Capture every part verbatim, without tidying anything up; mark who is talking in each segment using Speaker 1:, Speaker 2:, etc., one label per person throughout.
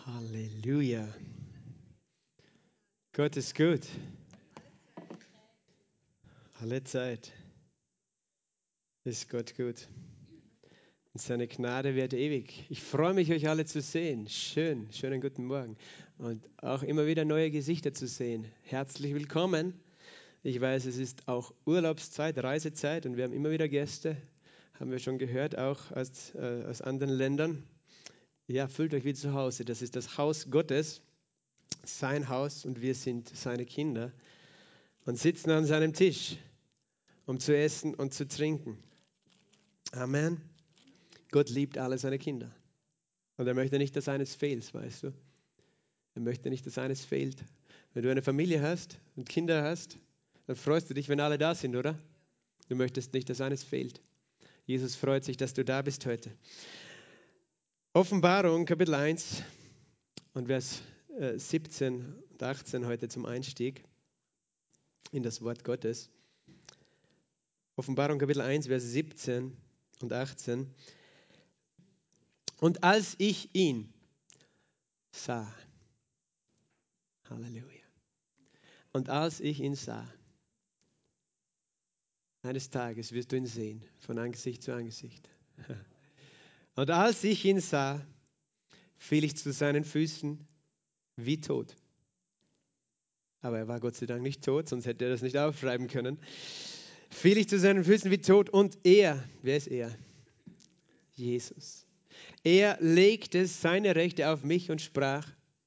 Speaker 1: Halleluja. Gott ist gut. Alle Zeit ist Gott gut. Und seine Gnade wird ewig. Ich freue mich, euch alle zu sehen. Schön, schönen guten Morgen. Und auch immer wieder neue Gesichter zu sehen. Herzlich willkommen. Ich weiß, es ist auch Urlaubszeit, Reisezeit und wir haben immer wieder Gäste. Haben wir schon gehört, auch aus, äh, aus anderen Ländern. Ja, fühlt euch wie zu Hause. Das ist das Haus Gottes, sein Haus und wir sind seine Kinder und sitzen an seinem Tisch, um zu essen und zu trinken. Amen. Gott liebt alle seine Kinder. Und er möchte nicht, dass eines fehlt, weißt du. Er möchte nicht, dass eines fehlt. Wenn du eine Familie hast und Kinder hast, dann freust du dich, wenn alle da sind, oder? Du möchtest nicht, dass eines fehlt. Jesus freut sich, dass du da bist heute. Offenbarung, Kapitel eins und Vers äh, siebzehn und achtzehn heute zum Einstieg in das Wort Gottes. Offenbarung, Kapitel eins, Vers siebzehn und achtzehn. Und als ich ihn sah, Halleluja, und als ich ihn sah, eines Tages wirst du ihn sehen, von Angesicht zu Angesicht. Und als ich ihn sah, fiel ich zu seinen Füßen wie tot. Aber er war Gott sei Dank nicht tot, sonst hätte er das nicht aufschreiben können. Fiel ich zu seinen Füßen wie tot und er, wer ist er? Jesus. Er legte seine Rechte auf mich und sprach,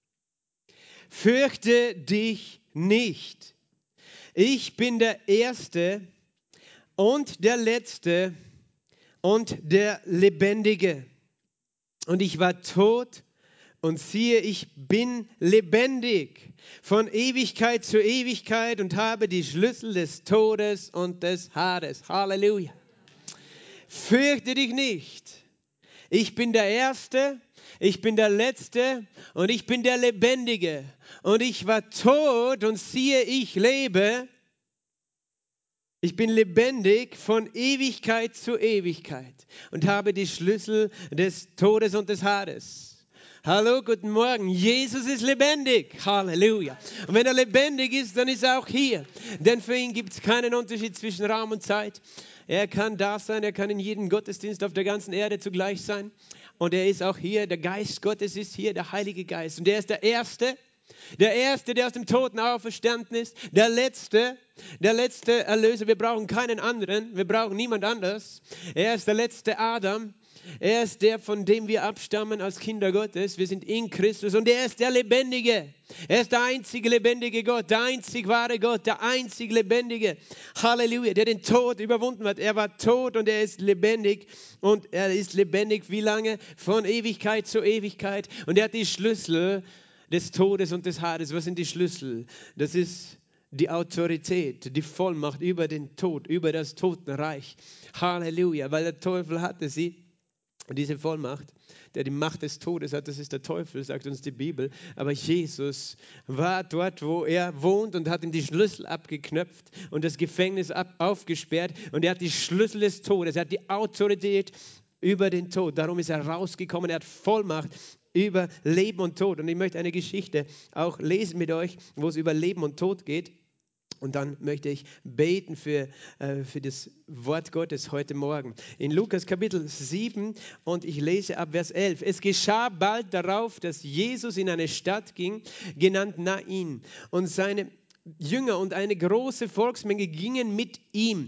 Speaker 1: fürchte dich nicht. Ich bin der Erste und der Letzte und der Lebendige. Und ich war tot und siehe, ich bin lebendig von Ewigkeit zu Ewigkeit und habe die Schlüssel des Todes und des Hades. Halleluja. Fürchte dich nicht. Ich bin der Erste, ich bin der Letzte und ich bin der Lebendige. Und ich war tot und siehe, ich lebe. Ich bin lebendig von Ewigkeit zu Ewigkeit und habe die Schlüssel des Todes und des Hades. Hallo, guten Morgen. Jesus ist lebendig. Halleluja. Und wenn er lebendig ist, dann ist er auch hier. Denn für ihn gibt es keinen Unterschied zwischen Raum und Zeit. Er kann da sein, er kann in jedem Gottesdienst auf der ganzen Erde zugleich sein. Und er ist auch hier, der Geist Gottes ist hier, der Heilige Geist. Und er ist der Erste, der Erste, der aus dem Toten auferstanden ist. Der Letzte, der letzte Erlöser. Wir brauchen keinen anderen, wir brauchen niemand anders. Er ist der letzte Adam. Er ist der, von dem wir abstammen als Kinder Gottes. Wir sind in Christus und er ist der Lebendige. Er ist der einzige lebendige Gott, der einzig wahre Gott, der einzig lebendige. Halleluja, der den Tod überwunden hat. Er war tot und er ist lebendig. Und er ist lebendig wie lange? Von Ewigkeit zu Ewigkeit. Und er hat die Schlüssel des Todes und des Hades. Was sind die Schlüssel? Das ist die Autorität, die Vollmacht über den Tod, über das Totenreich. Halleluja, weil der Teufel hatte sie. Diese Vollmacht, der die Macht des Todes hat, das ist der Teufel, sagt uns die Bibel. Aber Jesus war dort, wo er wohnt und hat ihm die Schlüssel abgeknöpft und das Gefängnis ab, aufgesperrt. Und er hat die Schlüssel des Todes, er hat die Autorität über den Tod. Darum ist er rausgekommen, er hat Vollmacht über Leben und Tod. Und ich möchte eine Geschichte auch lesen mit euch, wo es über Leben und Tod geht. Und dann möchte ich beten für, äh, für das Wort Gottes heute Morgen. In Lukas Kapitel sieben und ich lese ab Vers elf. Es geschah bald darauf, dass Jesus in eine Stadt ging, genannt Nain. Und seine Jünger und eine große Volksmenge gingen mit ihm.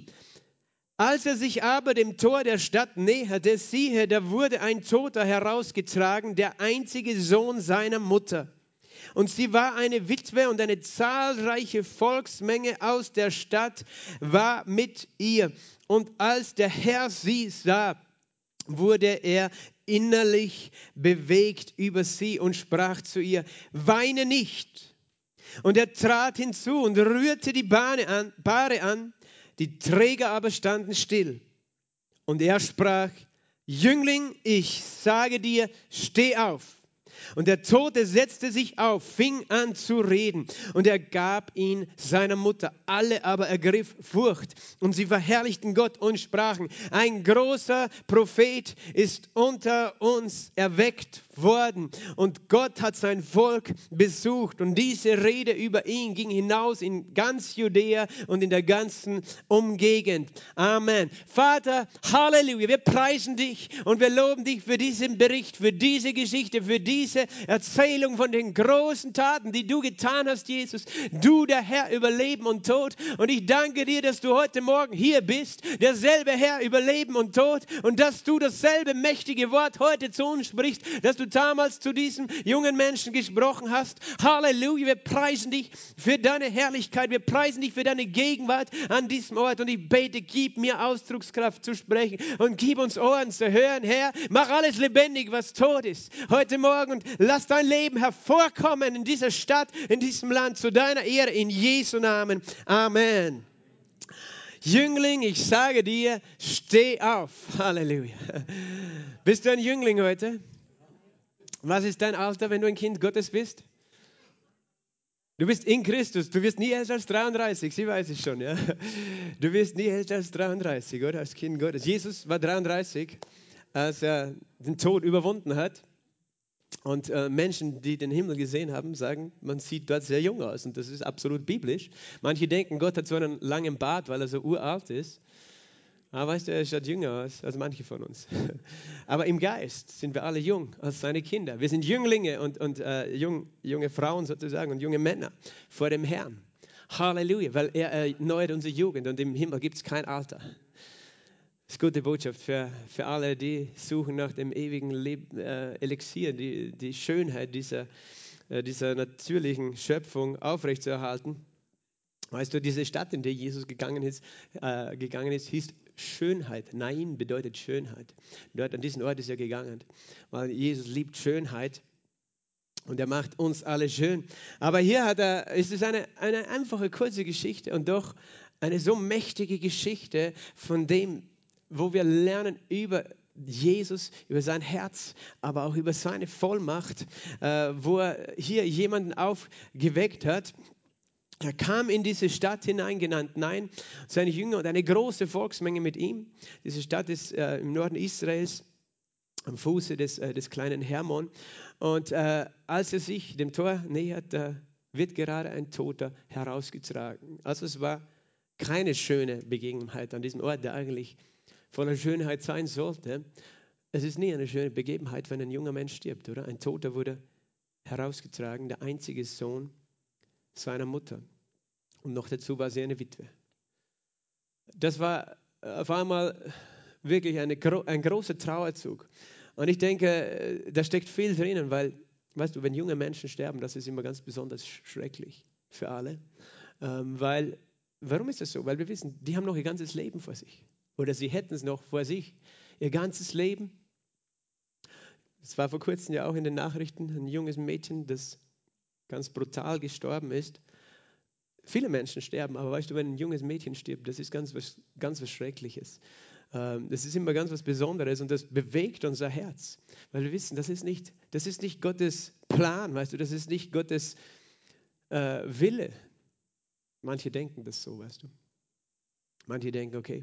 Speaker 1: Als er sich aber dem Tor der Stadt näherte, siehe, da wurde ein Toter herausgetragen, der einzige Sohn seiner Mutter. Und sie war eine Witwe und eine zahlreiche Volksmenge aus der Stadt war mit ihr. Und als der Herr sie sah, wurde er innerlich bewegt über sie und sprach zu ihr, weine nicht. Und er trat hinzu und rührte die Bahre an, Bahre an, die Träger aber standen still. Und er sprach, Jüngling, ich sage dir, steh auf. Und der Tote setzte sich auf, fing an zu reden und er gab ihn seiner Mutter. Alle aber ergriff Furcht und sie verherrlichten Gott und sprachen, ein großer Prophet ist unter uns erweckt worden. Und Gott hat sein Volk besucht. Und diese Rede über ihn ging hinaus in ganz Judäa und in der ganzen Umgegend. Amen. Vater, Halleluja, wir preisen dich und wir loben dich für diesen Bericht, für diese Geschichte, für diese Erzählung von den großen Taten, die du getan hast, Jesus. Du, der Herr über Leben und Tod. Und ich danke dir, dass du heute Morgen hier bist, derselbe Herr über Leben und Tod, und dass du dasselbe mächtige Wort heute zu uns sprichst, dass du damals zu diesem jungen Menschen gesprochen hast. Halleluja, wir preisen dich für deine Herrlichkeit, wir preisen dich für deine Gegenwart an diesem Ort, und ich bete, gib mir Ausdruckskraft zu sprechen und gib uns Ohren zu hören, Herr. Mach alles lebendig, was tot ist, heute Morgen, und lass dein Leben hervorkommen in dieser Stadt, in diesem Land, zu deiner Ehre, in Jesu Namen. Amen. Jüngling, ich sage dir, steh auf. Halleluja. Bist du ein Jüngling heute? Was ist dein Alter, wenn du ein Kind Gottes bist? Du bist in Christus. Du wirst nie älter als dreiunddreißig. Sie weiß es schon, ja. Du wirst nie älter als dreiunddreißig, oder? Als Kind Gottes. Jesus war dreiunddreißig, als er den Tod überwunden hat. Und äh, Menschen, die den Himmel gesehen haben, sagen, man sieht dort sehr jung aus. Und das ist absolut biblisch. Manche denken, Gott hat so einen langen Bart, weil er so uralt ist. Aber weißt du, er schaut jünger aus als manche von uns. Aber im Geist sind wir alle jung als seine Kinder. Wir sind Jünglinge und, und äh, jung, junge Frauen sozusagen und junge Männer vor dem Herrn. Halleluja, weil er erneuert unsere Jugend, und im Himmel gibt es kein Alter. Das ist eine gute Botschaft für, für alle, die suchen nach dem ewigen Leben, äh, Elixier, die, die Schönheit dieser, äh, dieser natürlichen Schöpfung aufrechtzuerhalten. Weißt du, diese Stadt, in die Jesus gegangen ist, äh, gegangen ist, hieß Schönheit. Nain bedeutet Schönheit. Dort an diesen Ort ist er gegangen, weil Jesus liebt Schönheit und er macht uns alle schön. Aber hier hat er, ist es eine, eine einfache, kurze Geschichte und doch eine so mächtige Geschichte von dem, wo wir lernen über Jesus, über sein Herz, aber auch über seine Vollmacht, äh, wo er hier jemanden aufgeweckt hat. Er kam in diese Stadt hinein, genannt Nain, seine Jünger und eine große Volksmenge mit ihm. Diese Stadt ist äh, im Norden Israels, am Fuße des, äh, des kleinen Hermon. Und äh, als er sich dem Tor nähert, äh, wird gerade ein Toter herausgetragen. Also es war keine schöne Begebenheit an diesem Ort, der eigentlich voller Schönheit sein sollte. Es ist nie eine schöne Begebenheit, wenn ein junger Mensch stirbt, oder? Ein Toter wurde herausgetragen, der einzige Sohn seiner Mutter. Und noch dazu war sie eine Witwe. Das war auf einmal wirklich eine, ein großer Trauerzug. Und ich denke, da steckt viel drinnen, weil, weißt du, wenn junge Menschen sterben, das ist immer ganz besonders schrecklich für alle. Ähm, weil, warum ist das so? Weil wir wissen, die haben noch ihr ganzes Leben vor sich. Oder sie hätten es noch vor sich, ihr ganzes Leben. Es war vor kurzem ja auch in den Nachrichten ein junges Mädchen, das ganz brutal gestorben ist. Viele Menschen sterben, aber weißt du, wenn ein junges Mädchen stirbt, das ist ganz was, ganz was Schreckliches. Ähm, das ist immer ganz was Besonderes und das bewegt unser Herz, weil wir wissen, das ist nicht, das ist nicht Gottes Plan, weißt du, das ist nicht Gottes äh, Wille. Manche denken das so, weißt du. Manche denken, okay,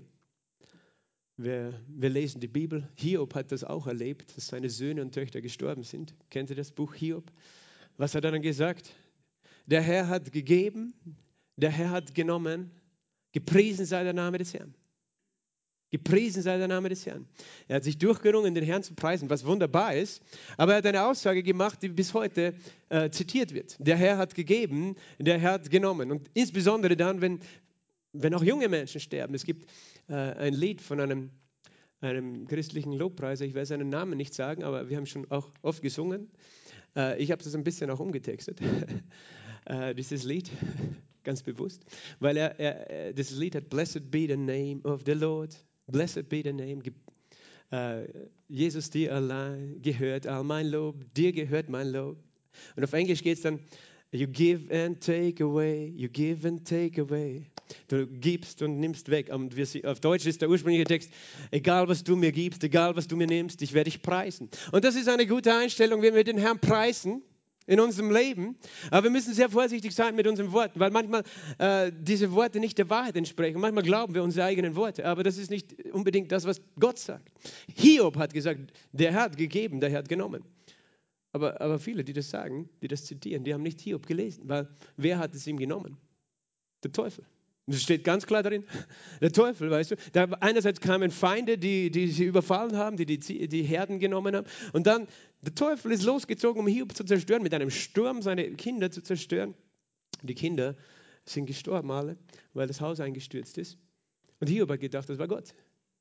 Speaker 1: wir, wir lesen die Bibel. Hiob hat das auch erlebt, dass seine Söhne und Töchter gestorben sind. Kennt ihr das Buch Hiob? Was hat er dann gesagt? Der Herr hat gegeben, der Herr hat genommen, gepriesen sei der Name des Herrn. Gepriesen sei der Name des Herrn. Er hat sich durchgerungen, den Herrn zu preisen, was wunderbar ist. Aber er hat eine Aussage gemacht, die bis heute äh, zitiert wird. Der Herr hat gegeben, der Herr hat genommen. Und insbesondere dann, wenn, wenn auch junge Menschen sterben. Es gibt äh, ein Lied von einem, einem christlichen Lobpreiser, ich werde seinen Namen nicht sagen, aber wir haben schon auch oft gesungen. Äh, ich habe das ein bisschen auch umgetextet, äh, dieses Lied. Ganz bewusst, weil er, er, das Lied hat Blessed be the name of the Lord, blessed be the name, uh, Jesus, dir allein gehört all mein Lob, dir gehört mein Lob. Und auf Englisch geht es dann, you give and take away, you give and take away. Du gibst und nimmst weg. Und wir, auf Deutsch ist der ursprüngliche Text, egal was du mir gibst, egal was du mir nimmst, ich werde dich preisen. Und das ist eine gute Einstellung, wenn wir den Herrn preisen in unserem Leben. Aber wir müssen sehr vorsichtig sein mit unseren Worten, weil manchmal äh, diese Worte nicht der Wahrheit entsprechen. Manchmal glauben wir unsere eigenen Worte, aber das ist nicht unbedingt das, was Gott sagt. Hiob hat gesagt, der Herr hat gegeben, der Herr hat genommen. Aber, aber viele, die das sagen, die das zitieren, die haben nicht Hiob gelesen, weil wer hat es ihm genommen? Der Teufel. Das steht ganz klar darin. Der Teufel, weißt du. Da einerseits kamen Feinde, die, die sie überfallen haben, die, die die Herden genommen haben. Und dann, der Teufel ist losgezogen, um Hiob zu zerstören, mit einem Sturm seine Kinder zu zerstören. Die Kinder sind gestorben alle, weil das Haus eingestürzt ist. Und Hiob hat gedacht, das war Gott.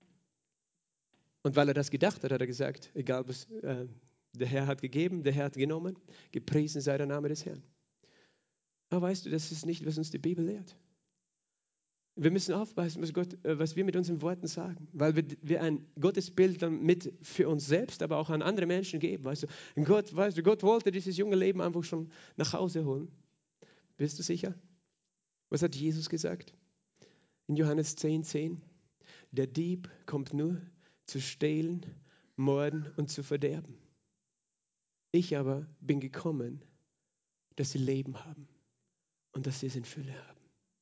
Speaker 1: Und weil er das gedacht hat, hat er gesagt, egal was äh, der Herr hat gegeben, der Herr hat genommen, gepriesen sei der Name des Herrn. Aber weißt du, das ist nicht, was uns die Bibel lehrt. Wir müssen aufpassen, was, Gott, äh, was wir mit unseren Worten sagen, weil wir, wir ein Gottesbild dann mit für uns selbst, aber auch an andere Menschen geben. Weißt du, und Gott, weißt du, Gott wollte dieses junge Leben einfach schon nach Hause holen. Bist du sicher? Was hat Jesus gesagt? In Johannes zehn, zehn. Der Dieb kommt nur zu stehlen, morden und zu verderben. Ich aber bin gekommen, dass sie Leben haben und dass sie es in Fülle haben.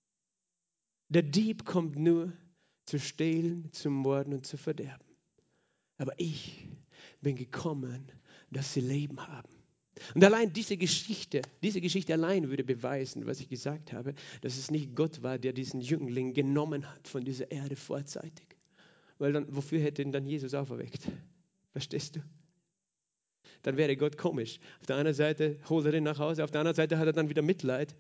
Speaker 1: Der Dieb kommt nur zu stehlen, zu morden und zu verderben. Aber ich bin gekommen, dass sie Leben haben. Und allein diese Geschichte, diese Geschichte allein würde beweisen, was ich gesagt habe, dass es nicht Gott war, der diesen Jüngling genommen hat von dieser Erde vorzeitig. Weil dann, wofür hätte ihn dann Jesus auferweckt? Verstehst du? Dann wäre Gott komisch. Auf der einen Seite holt er ihn nach Hause, auf der anderen Seite hat er dann wieder Mitleid.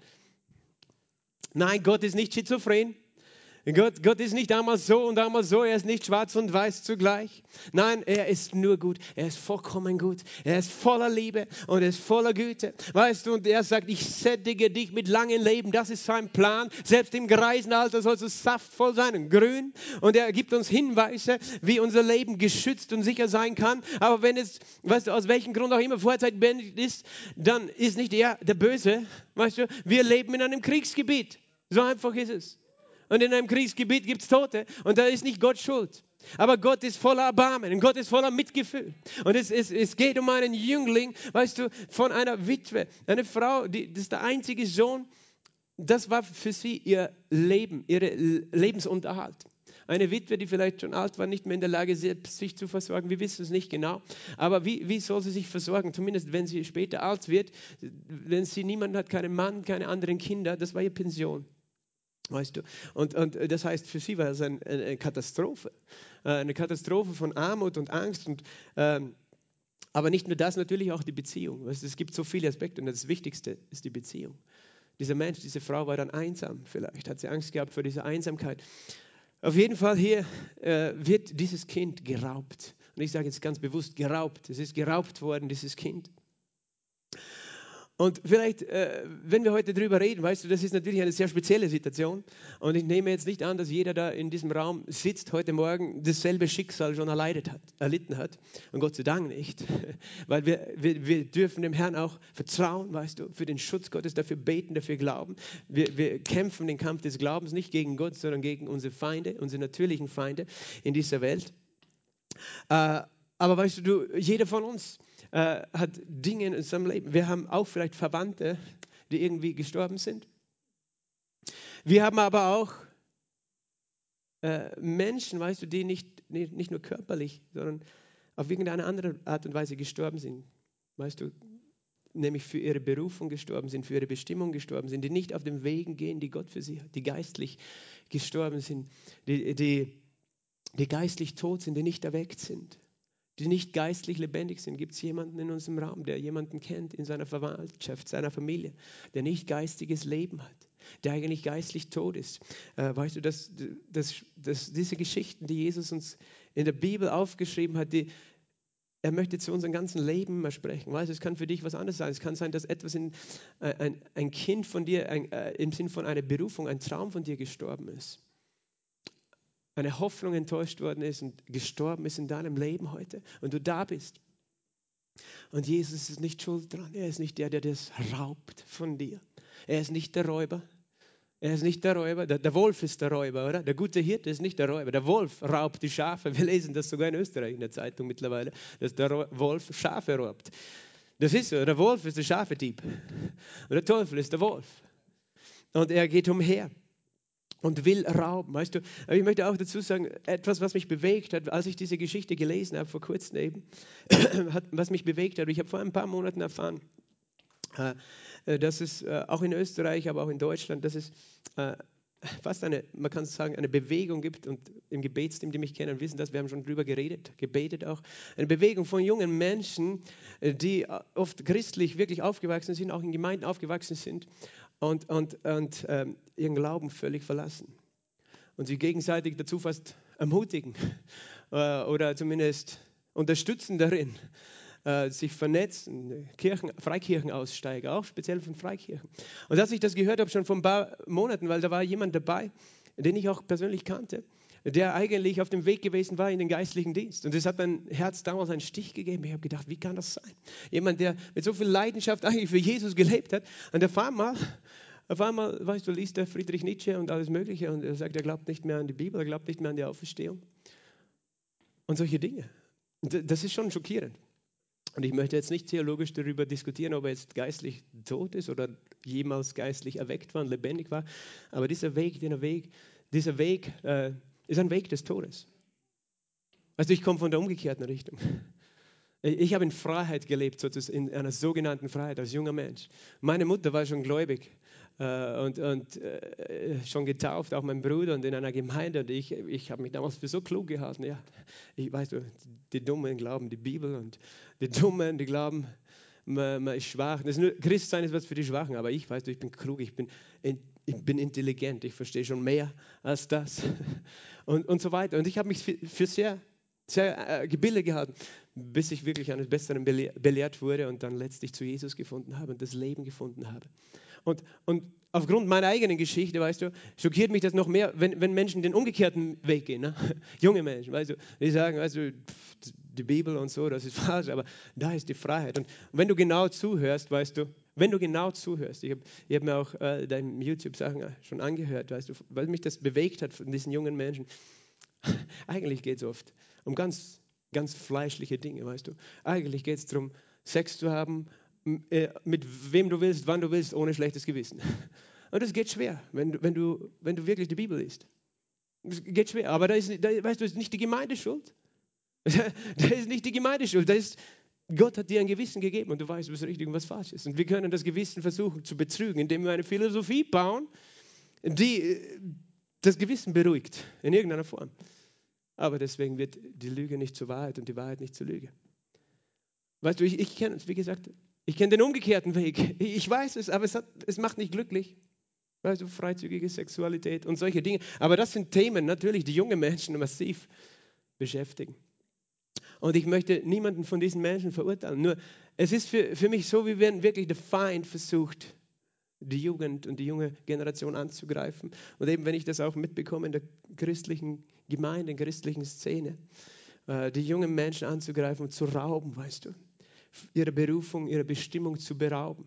Speaker 1: Nein, Gott ist nicht schizophren. Gott, Gott ist nicht einmal so und einmal so, er ist nicht schwarz und weiß zugleich. Nein, er ist nur gut, er ist vollkommen gut, er ist voller Liebe und er ist voller Güte. Weißt du, und er sagt, ich sättige dich mit langem Leben, das ist sein Plan. Selbst im Greisenalter sollst du saftvoll sein und grün. Und er gibt uns Hinweise, wie unser Leben geschützt und sicher sein kann. Aber wenn es, weißt du, aus welchem Grund auch immer Vorzeit beendet ist, dann ist nicht er der Böse. Weißt du, wir leben in einem Kriegsgebiet. So einfach ist es. Und in einem Kriegsgebiet gibt es Tote und da ist nicht Gott schuld. Aber Gott ist voller Erbarmen und Gott ist voller Mitgefühl. Und es, es, es geht um einen Jüngling, weißt du, von einer Witwe. Eine Frau, die, das ist der einzige Sohn, das war für sie ihr Leben, ihr Lebensunterhalt. Eine Witwe, die vielleicht schon alt war, nicht mehr in der Lage, sich zu versorgen. Wir wissen es nicht genau. Aber wie, wie soll sie sich versorgen? Zumindest, wenn sie später alt wird. Wenn sie niemanden hat, keinen Mann, keine anderen Kinder. Das war ihre Pension. Weißt du? Und, und das heißt, für sie war es ein, eine Katastrophe. Eine Katastrophe von Armut und Angst. Und, ähm, aber nicht nur das, natürlich auch die Beziehung. Weißt du, es gibt so viele Aspekte und das Wichtigste ist die Beziehung. Dieser Mensch, diese Frau war dann einsam. Vielleicht hat sie Angst gehabt vor dieser Einsamkeit. Auf jeden Fall hier äh, wird dieses Kind geraubt. Und ich sage jetzt ganz bewusst geraubt. Es ist geraubt worden, dieses Kind. Und vielleicht, äh, wenn wir heute drüber reden, weißt du, das ist natürlich eine sehr spezielle Situation. Und ich nehme jetzt nicht an, dass jeder da in diesem Raum sitzt heute Morgen, dasselbe Schicksal schon erleidet hat, erlitten hat. Und Gott sei Dank nicht. Weil wir, wir, wir dürfen dem Herrn auch vertrauen, weißt du, für den Schutz Gottes, dafür beten, dafür glauben. Wir, wir kämpfen den Kampf des Glaubens nicht gegen Gott, sondern gegen unsere Feinde, unsere natürlichen Feinde in dieser Welt. Äh, aber weißt du, du, jeder von uns äh, hat Dinge in seinem Leben. Wir haben auch vielleicht Verwandte, die irgendwie gestorben sind. Wir haben aber auch äh, Menschen, weißt du, die nicht, nicht, nicht nur körperlich, sondern auf irgendeine andere Art und Weise gestorben sind. Weißt du, nämlich für ihre Berufung gestorben sind, für ihre Bestimmung gestorben sind, die nicht auf den Wegen gehen, die Gott für sie hat, die geistlich gestorben sind, die, die, die geistlich tot sind, die nicht erweckt sind. Die nicht geistlich lebendig sind. Gibt es jemanden in unserem Raum, der jemanden kennt in seiner Verwandtschaft, seiner Familie, der nicht geistiges Leben hat, der eigentlich geistlich tot ist? Äh, weißt du, dass, dass, dass diese Geschichten, die Jesus uns in der Bibel aufgeschrieben hat, die, er möchte zu unserem ganzen Leben mal sprechen. Weißt du, es kann für dich was anderes sein. Es kann sein, dass etwas in, äh, ein, ein Kind von dir, ein, äh, im Sinn von einer Berufung, ein Traum von dir gestorben ist. Eine Hoffnung enttäuscht worden ist und gestorben ist in deinem Leben heute und du da bist. Und Jesus ist nicht schuld dran. Er ist nicht der, der das raubt von dir. Er ist nicht der Räuber. Er ist nicht der Räuber. Der, der Wolf ist der Räuber, oder? Der gute Hirte ist nicht der Räuber. Der Wolf raubt die Schafe. Wir lesen das sogar in Österreich in der Zeitung mittlerweile, dass der Wolf Schafe raubt. Das ist so. Der Wolf ist der Schafedieb. Und der Teufel ist der Wolf. Und er geht umher. und will rauben, weißt du. Aber ich möchte auch dazu sagen, etwas, was mich bewegt hat, als ich diese Geschichte gelesen habe, vor kurzem eben, hat, was mich bewegt hat. Ich habe vor ein paar Monaten erfahren, äh, dass es äh, auch in Österreich, aber auch in Deutschland, dass es äh, fast eine, man kann sagen, eine Bewegung gibt, und im Gebetsteam, die mich kennen, wissen das, wir haben schon drüber geredet, gebetet auch, eine Bewegung von jungen Menschen, äh, die äh, oft christlich wirklich aufgewachsen sind, auch in Gemeinden aufgewachsen sind und, und, und ähm, ihren Glauben völlig verlassen und sie gegenseitig dazu fast ermutigen äh, oder zumindest unterstützen darin, äh, sich vernetzen, Kirchen, Freikirchenaussteiger, auch speziell von Freikirchen. Und als ich das gehört habe, schon vor ein paar Monaten, weil da war jemand dabei, den ich auch persönlich kannte, der eigentlich auf dem Weg gewesen war in den geistlichen Dienst. Und das hat mein Herz damals einen Stich gegeben. Ich habe gedacht, wie kann das sein? Jemand, der mit so viel Leidenschaft eigentlich für Jesus gelebt hat, und auf einmal, auf einmal, weißt du, liest er Friedrich Nietzsche und alles Mögliche und er sagt, er glaubt nicht mehr an die Bibel, er glaubt nicht mehr an die Auferstehung und solche Dinge. Und das ist schon schockierend. Und ich möchte jetzt nicht theologisch darüber diskutieren, ob er jetzt geistlich tot ist oder jemals geistlich erweckt war und lebendig war. Aber dieser Weg, dieser Weg, dieser Weg äh, ist ein Weg des Todes. Also ich komme von der umgekehrten Richtung. Ich habe in Freiheit gelebt, sozusagen in einer sogenannten Freiheit als junger Mensch. Meine Mutter war schon gläubig äh, und, und äh, schon getauft, auch mein Bruder und in einer Gemeinde. Und ich, ich habe mich damals für so klug gehalten. Ja, ich weiß, die Dummen glauben die Bibel und die Dummen, die glauben, man, man ist schwach. Das ist nur, Christsein ist was für die Schwachen, aber ich weiß, ich bin klug, ich bin, ich bin intelligent, ich verstehe schon mehr als das und, und so weiter. Und ich habe mich für, für sehr sehr äh, gebildet gehalten, bis ich wirklich eines Besseren bele belehrt wurde und dann letztlich zu Jesus gefunden habe und das Leben gefunden habe. Und, und aufgrund meiner eigenen Geschichte, weißt du, schockiert mich das noch mehr, wenn, wenn Menschen den umgekehrten Weg gehen. Ne? Junge Menschen, weißt du, die sagen, weißt du, pff, die Bibel und so, das ist falsch, aber da ist die Freiheit. Und wenn du genau zuhörst, weißt du, wenn du genau zuhörst, ich habe ich hab mir auch äh, deine YouTube-Sachen schon angehört, weißt du, weil mich das bewegt hat von diesen jungen Menschen. Eigentlich geht es oft um ganz, ganz fleischliche Dinge, weißt du. Eigentlich geht es darum, Sex zu haben, äh, mit wem du willst, wann du willst, ohne schlechtes Gewissen. Und das geht schwer, wenn, wenn, du, wenn du wirklich die Bibel liest. Das geht schwer, aber da ist, da, weißt du, ist nicht die Gemeinde schuld. Da ist nicht die Gemeinde schuld. Da ist, Gott hat dir ein Gewissen gegeben und du weißt, was richtig und was falsch ist. Und wir können das Gewissen versuchen zu betrügen, indem wir eine Philosophie bauen, die das Gewissen beruhigt, in irgendeiner Form. Aber deswegen wird die Lüge nicht zur Wahrheit und die Wahrheit nicht zur Lüge. Weißt du, ich, ich kenne es, wie gesagt, ich kenne den umgekehrten Weg. Ich weiß es, aber es, hat, es macht nicht glücklich. Weißt du, freizügige Sexualität und solche Dinge. Aber das sind Themen natürlich, die junge Menschen massiv beschäftigen. Und ich möchte niemanden von diesen Menschen verurteilen. Nur, es ist für, für mich so, wie wenn wirklich der Feind versucht, die Jugend und die junge Generation anzugreifen. Und eben, wenn ich das auch mitbekomme in der christlichen Gemeinde, in der christlichen Szene, äh, die jungen Menschen anzugreifen und zu rauben, weißt du, ihre Berufung, ihre Bestimmung zu berauben.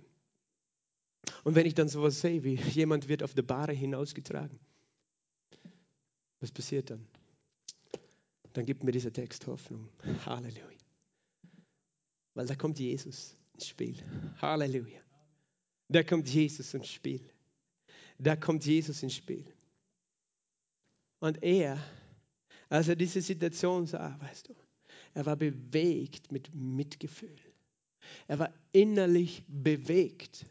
Speaker 1: Und wenn ich dann sowas sehe, wie jemand wird auf der Bahre hinausgetragen, was passiert dann? Dann gibt mir dieser Text Hoffnung. Halleluja. Weil da kommt Jesus ins Spiel. Halleluja. Da kommt Jesus ins Spiel. Da kommt Jesus ins Spiel. Und er, als er diese Situation sah, weißt du, er war bewegt mit Mitgefühl. Er war innerlich bewegt.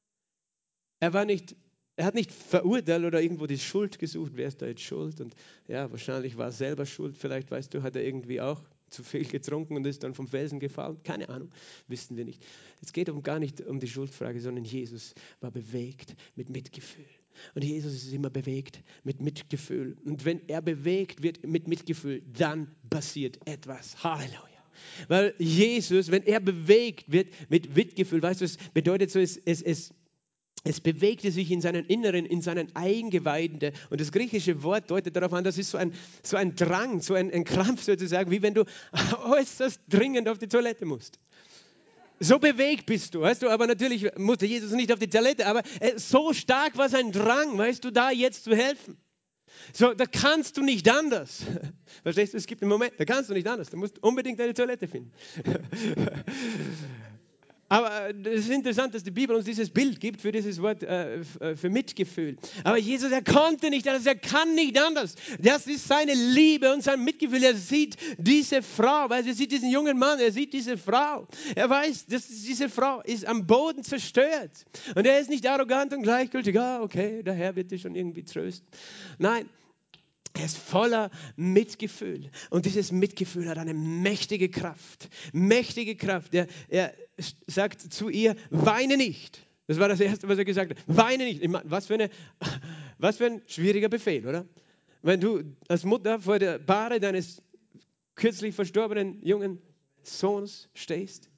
Speaker 1: Er war nicht, er hat nicht verurteilt oder irgendwo die Schuld gesucht. Wer ist da jetzt schuld? Und ja, wahrscheinlich war er selber schuld. Vielleicht, weißt du, hat er irgendwie auch zu viel getrunken und ist dann vom Felsen gefallen. Keine Ahnung, wissen wir nicht. Es geht um gar nicht um die Schuldfrage, sondern Jesus war bewegt mit Mitgefühl. Und Jesus ist immer bewegt mit Mitgefühl. Und wenn er bewegt wird mit Mitgefühl, dann passiert etwas. Halleluja. Weil Jesus, wenn er bewegt wird mit Mitgefühl, weißt du, es bedeutet so, es, es, es, es bewegte sich in seinen Inneren, in seinen Eingeweiden. Und das griechische Wort deutet darauf an, das ist so ein, so ein Drang, so ein, ein Krampf sozusagen, wie wenn du äußerst dringend auf die Toilette musst. So bewegt bist du, weißt du, aber natürlich musste Jesus nicht auf die Toilette, aber so stark war sein Drang, weißt du, da jetzt zu helfen. So, da kannst du nicht anders. Verstehst du, es gibt einen Moment, da kannst du nicht anders, du musst unbedingt eine Toilette finden. Aber es ist interessant, dass die Bibel uns dieses Bild gibt für dieses Wort, äh, für Mitgefühl. Aber Jesus, er konnte nicht anders, er kann nicht anders. Das ist seine Liebe und sein Mitgefühl. Er sieht diese Frau, weil er sieht diesen jungen Mann, er sieht diese Frau. Er weiß, dass diese Frau ist am Boden zerstört. Und er ist nicht arrogant und gleichgültig, ah, okay, der Herr wird dich schon irgendwie trösten. Nein, er ist voller Mitgefühl. Und dieses Mitgefühl hat eine mächtige Kraft. Mächtige Kraft. Er, er sagt zu ihr, weine nicht. Das war das Erste, was er gesagt hat. Weine nicht. Ich meine, was für, eine, was für ein schwieriger Befehl, oder? Wenn du als Mutter vor der Bahre deines kürzlich verstorbenen jungen Sohns stehst.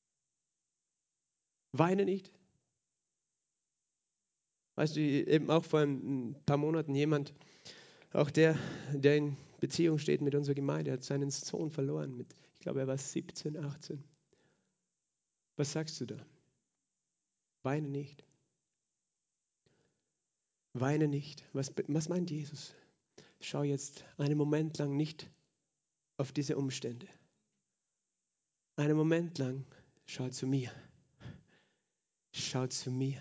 Speaker 1: Weine nicht. Weißt du, eben auch vor ein paar Monaten jemand, auch der, der in Beziehung steht mit unserer Gemeinde, hat seinen Sohn verloren. Mit, ich glaube, er war siebzehn, achtzehn. Was sagst du da? Weine nicht. Weine nicht. Was, was meint Jesus? Schau jetzt einen Moment lang nicht auf diese Umstände. Einen Moment lang schau zu mir. Schau zu mir.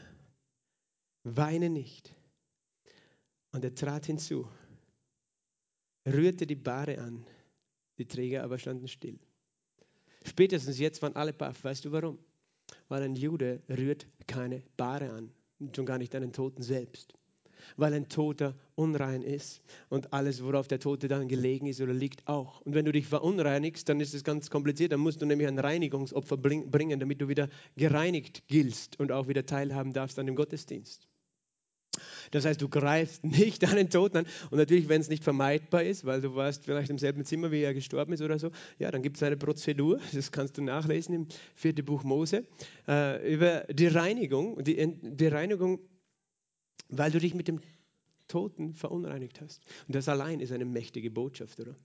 Speaker 1: Weine nicht. Und er trat hinzu, rührte die Bahre an. Die Träger aber standen still. Spätestens jetzt waren alle baff. Weißt du warum? Weil ein Jude rührt keine Bahre an. Und schon gar nicht einen Toten selbst. Weil ein Toter unrein ist. Und alles, worauf der Tote dann gelegen ist oder liegt, auch. Und wenn du dich verunreinigst, dann ist es ganz kompliziert. Dann musst du nämlich ein Reinigungsopfer bringen, damit du wieder gereinigt giltst und auch wieder teilhaben darfst an dem Gottesdienst. Das heißt, du greifst nicht einen Toten an. Und natürlich, wenn es nicht vermeidbar ist, weil du warst vielleicht im selben Zimmer, wie er gestorben ist oder so, ja, dann gibt es eine Prozedur, das kannst du nachlesen im vierten Buch Mose, äh, über die Reinigung, die, die Reinigung, weil du dich mit dem Toten verunreinigt hast. Und das allein ist eine mächtige Botschaft, oder?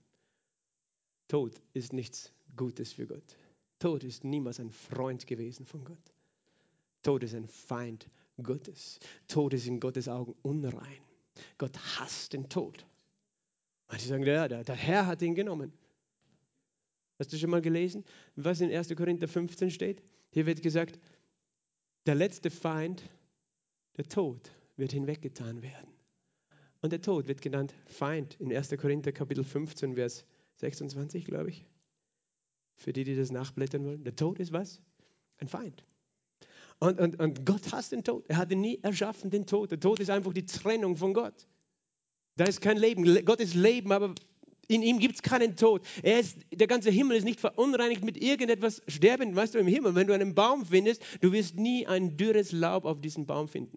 Speaker 1: Tod ist nichts Gutes für Gott. Tod ist niemals ein Freund gewesen von Gott. Tod ist ein Feind Gottes. Tod ist in Gottes Augen unrein. Gott hasst den Tod. Manche sagen, ja, der, der Herr hat ihn genommen. Hast du schon mal gelesen, was in erster Korinther fünfzehn steht? Hier wird gesagt, der letzte Feind, der Tod, wird hinweggetan werden. Und der Tod wird genannt Feind in erster Korinther Kapitel fünfzehn, Vers sechsundzwanzig, glaube ich. Für die, die das nachblättern wollen. Der Tod ist was? Ein Feind. Und, und, und Gott hasst den Tod. Er hat ihn nie erschaffen, den Tod. Der Tod ist einfach die Trennung von Gott. Da ist kein Leben. Gott ist Leben, aber in ihm gibt es keinen Tod. Er ist, der ganze Himmel ist nicht verunreinigt mit irgendetwas Sterben. Weißt du, im Himmel, wenn du einen Baum findest, du wirst nie ein dürres Laub auf diesem Baum finden.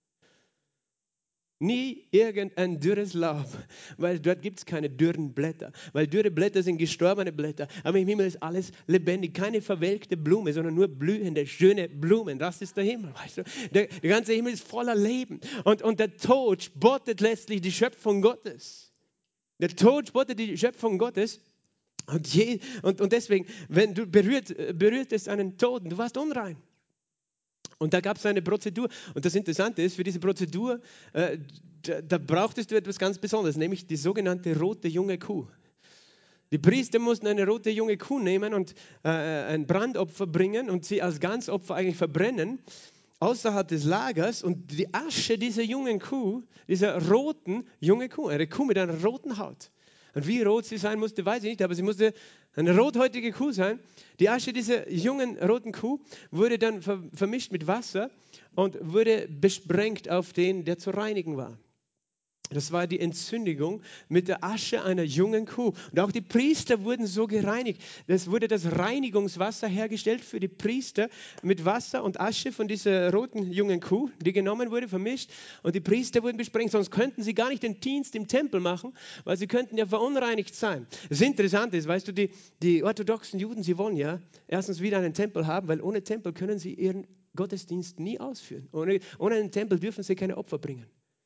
Speaker 1: Nie irgendein dürres Laub, weil dort gibt es keine dürren Blätter, weil dürre Blätter sind gestorbene Blätter, aber im Himmel ist alles lebendig, keine verwelkte Blume, sondern nur blühende, schöne Blumen, das ist der Himmel, weißt du? Der, der ganze Himmel ist voller Leben und, und der Tod spottet letztlich die Schöpfung Gottes. Der Tod spottet die Schöpfung Gottes und, je, und, und deswegen, wenn du berührt, berührtest einen Toten, du warst unrein. Und da gab es eine Prozedur. Und das Interessante ist, für diese Prozedur, äh, da, da brauchtest du etwas ganz Besonderes, nämlich die sogenannte rote junge Kuh. Die Priester mussten eine rote junge Kuh nehmen und äh, ein Brandopfer bringen und sie als Ganzopfer eigentlich verbrennen, außerhalb des Lagers. Und die Asche dieser jungen Kuh, dieser roten jungen Kuh, eine Kuh mit einer roten Haut. Und wie rot sie sein musste, weiß ich nicht, aber sie musste eine rothäutige Kuh sein. Die Asche dieser jungen roten Kuh wurde dann vermischt mit Wasser und wurde besprengt auf den, der zu reinigen war. Das war die Entzündigung mit der Asche einer jungen Kuh. Und auch die Priester wurden so gereinigt. Es wurde das Reinigungswasser hergestellt für die Priester mit Wasser und Asche von dieser roten jungen Kuh, die genommen wurde, vermischt. Und die Priester wurden besprengt, sonst könnten sie gar nicht den Dienst im Tempel machen, weil sie könnten ja verunreinigt sein. Das Interessante ist, weißt du, die, die orthodoxen Juden, sie wollen ja erstens wieder einen Tempel haben, weil ohne Tempel können sie ihren Gottesdienst nie ausführen. Ohne, ohne einen Tempel dürfen sie keine Opfer bringen.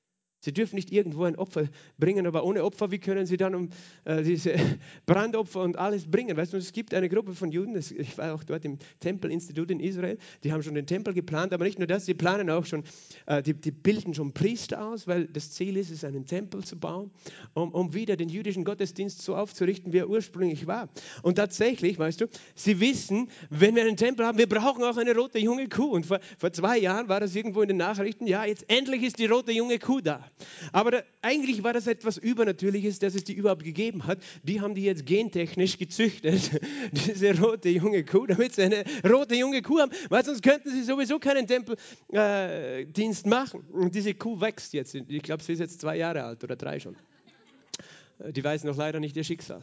Speaker 1: Sie dürfen nicht irgendwo ein Opfer bringen, aber ohne Opfer, wie können sie dann um äh, diese Brandopfer und alles bringen? Weißt du, es gibt eine Gruppe von Juden, das, ich war auch dort im Tempelinstitut in Israel, die haben schon den Tempel geplant, aber nicht nur das, sie planen auch schon, äh, die, die bilden schon Priester aus, weil das Ziel ist es, einen Tempel zu bauen, um, um wieder den jüdischen Gottesdienst so aufzurichten, wie er ursprünglich war. Und tatsächlich, weißt du, sie wissen, wenn wir einen Tempel haben, wir brauchen auch eine rote junge Kuh. Und vor, vor zwei Jahren war das irgendwo in den Nachrichten, ja, jetzt endlich ist die rote junge Kuh da. Aber da, eigentlich war das etwas Übernatürliches, dass es die überhaupt gegeben hat. Die haben die jetzt gentechnisch gezüchtet, diese rote junge Kuh, damit sie eine rote junge Kuh haben, weil sonst könnten sie sowieso keinen Tempeldienst äh, machen. Und diese Kuh wächst jetzt. Ich glaube, sie ist jetzt zwei Jahre alt oder drei schon. Die weiß noch leider nicht ihr Schicksal.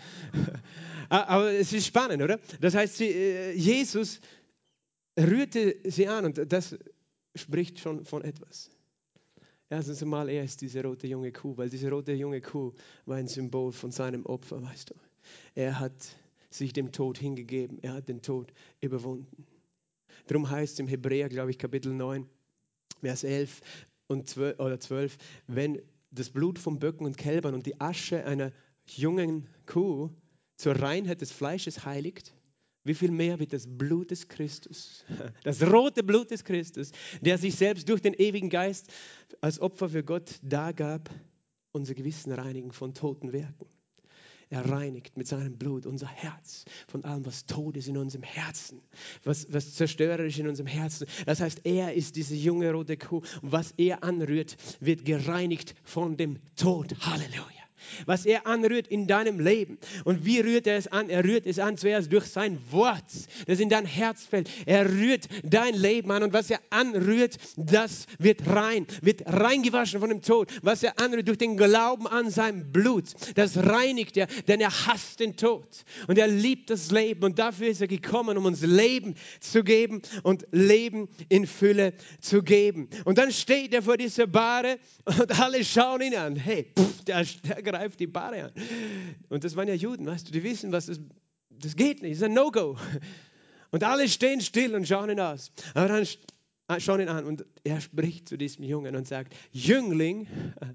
Speaker 1: Aber es ist spannend, oder? Das heißt, sie, äh, Jesus rührte sie an und das spricht schon von etwas. Erstens einmal, er ist diese rote junge Kuh, weil diese rote junge Kuh war ein Symbol von seinem Opfer, weißt du. Er hat sich dem Tod hingegeben, er hat den Tod überwunden. Darum heißt es im Hebräer, glaube ich, Kapitel neun, Vers elf und zwölf, oder zwölf, wenn das Blut von Böcken und Kälbern und die Asche einer jungen Kuh zur Reinheit des Fleisches heiligt, wie viel mehr wird das Blut des Christus, das rote Blut des Christus, der sich selbst durch den ewigen Geist als Opfer für Gott dargab, unser Gewissen reinigen von toten Werken. Er reinigt mit seinem Blut unser Herz von allem, was tot ist in unserem Herzen, was, was zerstörerisch in unserem Herzen. Das heißt, er ist diese junge rote Kuh und was er anrührt, wird gereinigt von dem Tod. Halleluja. Was er anrührt in deinem Leben. Und wie rührt er es an? Er rührt es an zuerst durch sein Wort, das in dein Herz fällt. Er rührt dein Leben an und was er anrührt, das wird rein, wird reingewaschen von dem Tod. Was er anrührt durch den Glauben an sein Blut, das reinigt er, denn er hasst den Tod und er liebt das Leben und dafür ist er gekommen, um uns Leben zu geben und Leben in Fülle zu geben. Und dann steht er vor dieser Bahre und alle schauen ihn an. Hey, pff, der, der greift die Bahre an. Und das waren ja Juden, weißt du, die wissen, was das, das geht nicht, das ist ein No-Go. Und alle stehen still und schauen ihn aus. Aber dann schauen ihn an und er spricht zu diesem Jungen und sagt, Jüngling,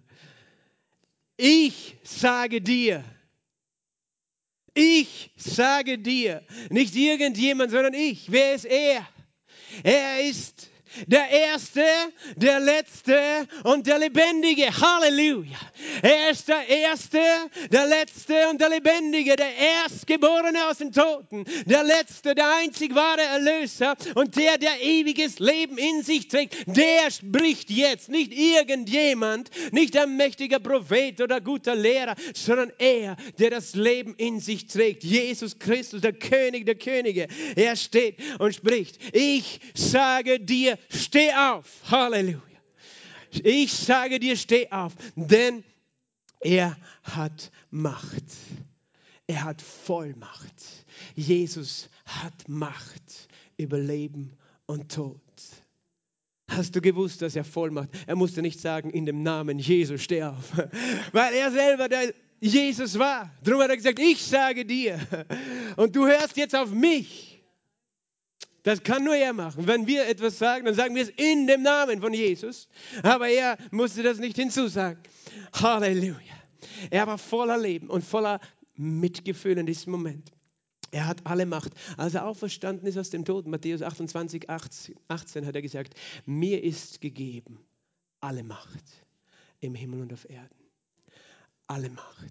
Speaker 1: ich sage dir, ich sage dir, nicht irgendjemand, sondern ich. Wer ist er? Er ist der Erste, der Letzte und der Lebendige. Halleluja. Er ist der Erste, der Letzte und der Lebendige, der Erstgeborene aus den Toten, der Letzte, der einzig wahre Erlöser und der, der ewiges Leben in sich trägt. Der spricht jetzt, nicht irgendjemand, nicht ein mächtiger Prophet oder guter Lehrer, sondern er, der das Leben in sich trägt. Jesus Christus, der König der Könige. Er steht und spricht. Ich sage dir, steh auf. Halleluja. Ich sage dir, steh auf, denn er hat Macht. Er hat Vollmacht. Jesus hat Macht über Leben und Tod. Hast du gewusst, dass er Vollmacht? Er musste nicht sagen, in dem Namen Jesus, steh auf. Weil er selber der Jesus war. Darum hat er gesagt, ich sage dir. Und du hörst jetzt auf mich. Das kann nur er machen. Wenn wir etwas sagen, dann sagen wir es in dem Namen von Jesus. Aber er musste das nicht hinzusagen. Halleluja. Er war voller Leben und voller Mitgefühl in diesem Moment. Er hat alle Macht. Als er auferstanden ist aus dem Tod, Matthäus achtundzwanzig, achtzehn hat er gesagt, mir ist gegeben alle Macht im Himmel und auf Erden. Alle Macht.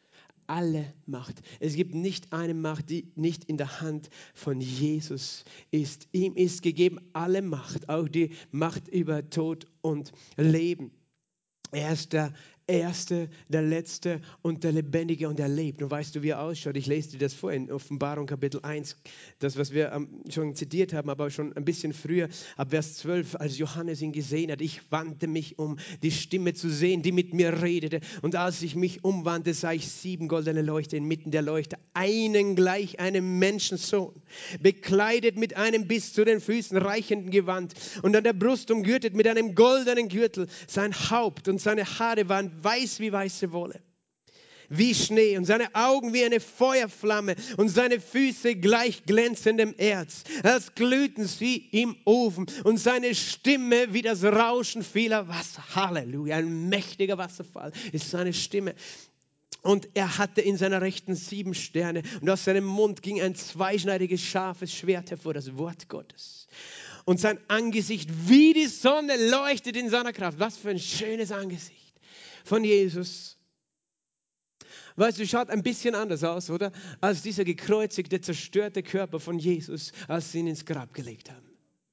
Speaker 1: Alle Macht. Es gibt nicht eine Macht, die nicht in der Hand von Jesus ist. Ihm ist gegeben alle Macht, auch die Macht über Tod und Leben. Er ist der Erste, der Letzte und der Lebendige und er lebt. Und weißt du, wie er ausschaut? Ich lese dir das vor in Offenbarung Kapitel eins, das, was wir um, schon zitiert haben, aber schon ein bisschen früher, ab Vers zwölf, als Johannes ihn gesehen hat. Ich wandte mich um, die Stimme zu sehen, die mit mir redete. Und als ich mich umwandte, sah ich sieben goldene Leuchter inmitten der Leuchter, einen gleich einem Menschensohn, bekleidet mit einem bis zu den Füßen reichenden Gewand und an der Brust umgürtet mit einem goldenen Gürtel. Sein Haupt und seine Haare waren weiß wie weiße Wolle, wie Schnee und seine Augen wie eine Feuerflamme und seine Füße gleich glänzendem Erz, als glühten sie im Ofen und seine Stimme wie das Rauschen vieler Wasser. Halleluja, ein mächtiger Wasserfall ist seine Stimme. Und er hatte in seiner Rechten sieben Sterne und aus seinem Mund ging ein zweischneidiges, scharfes Schwert hervor, das Wort Gottes. Und sein Angesicht wie die Sonne leuchtet in seiner Kraft. Was für ein schönes Angesicht von Jesus. Weißt du, schaut ein bisschen anders aus, oder? Als dieser gekreuzigte, zerstörte Körper von Jesus, als sie ihn ins Grab gelegt haben.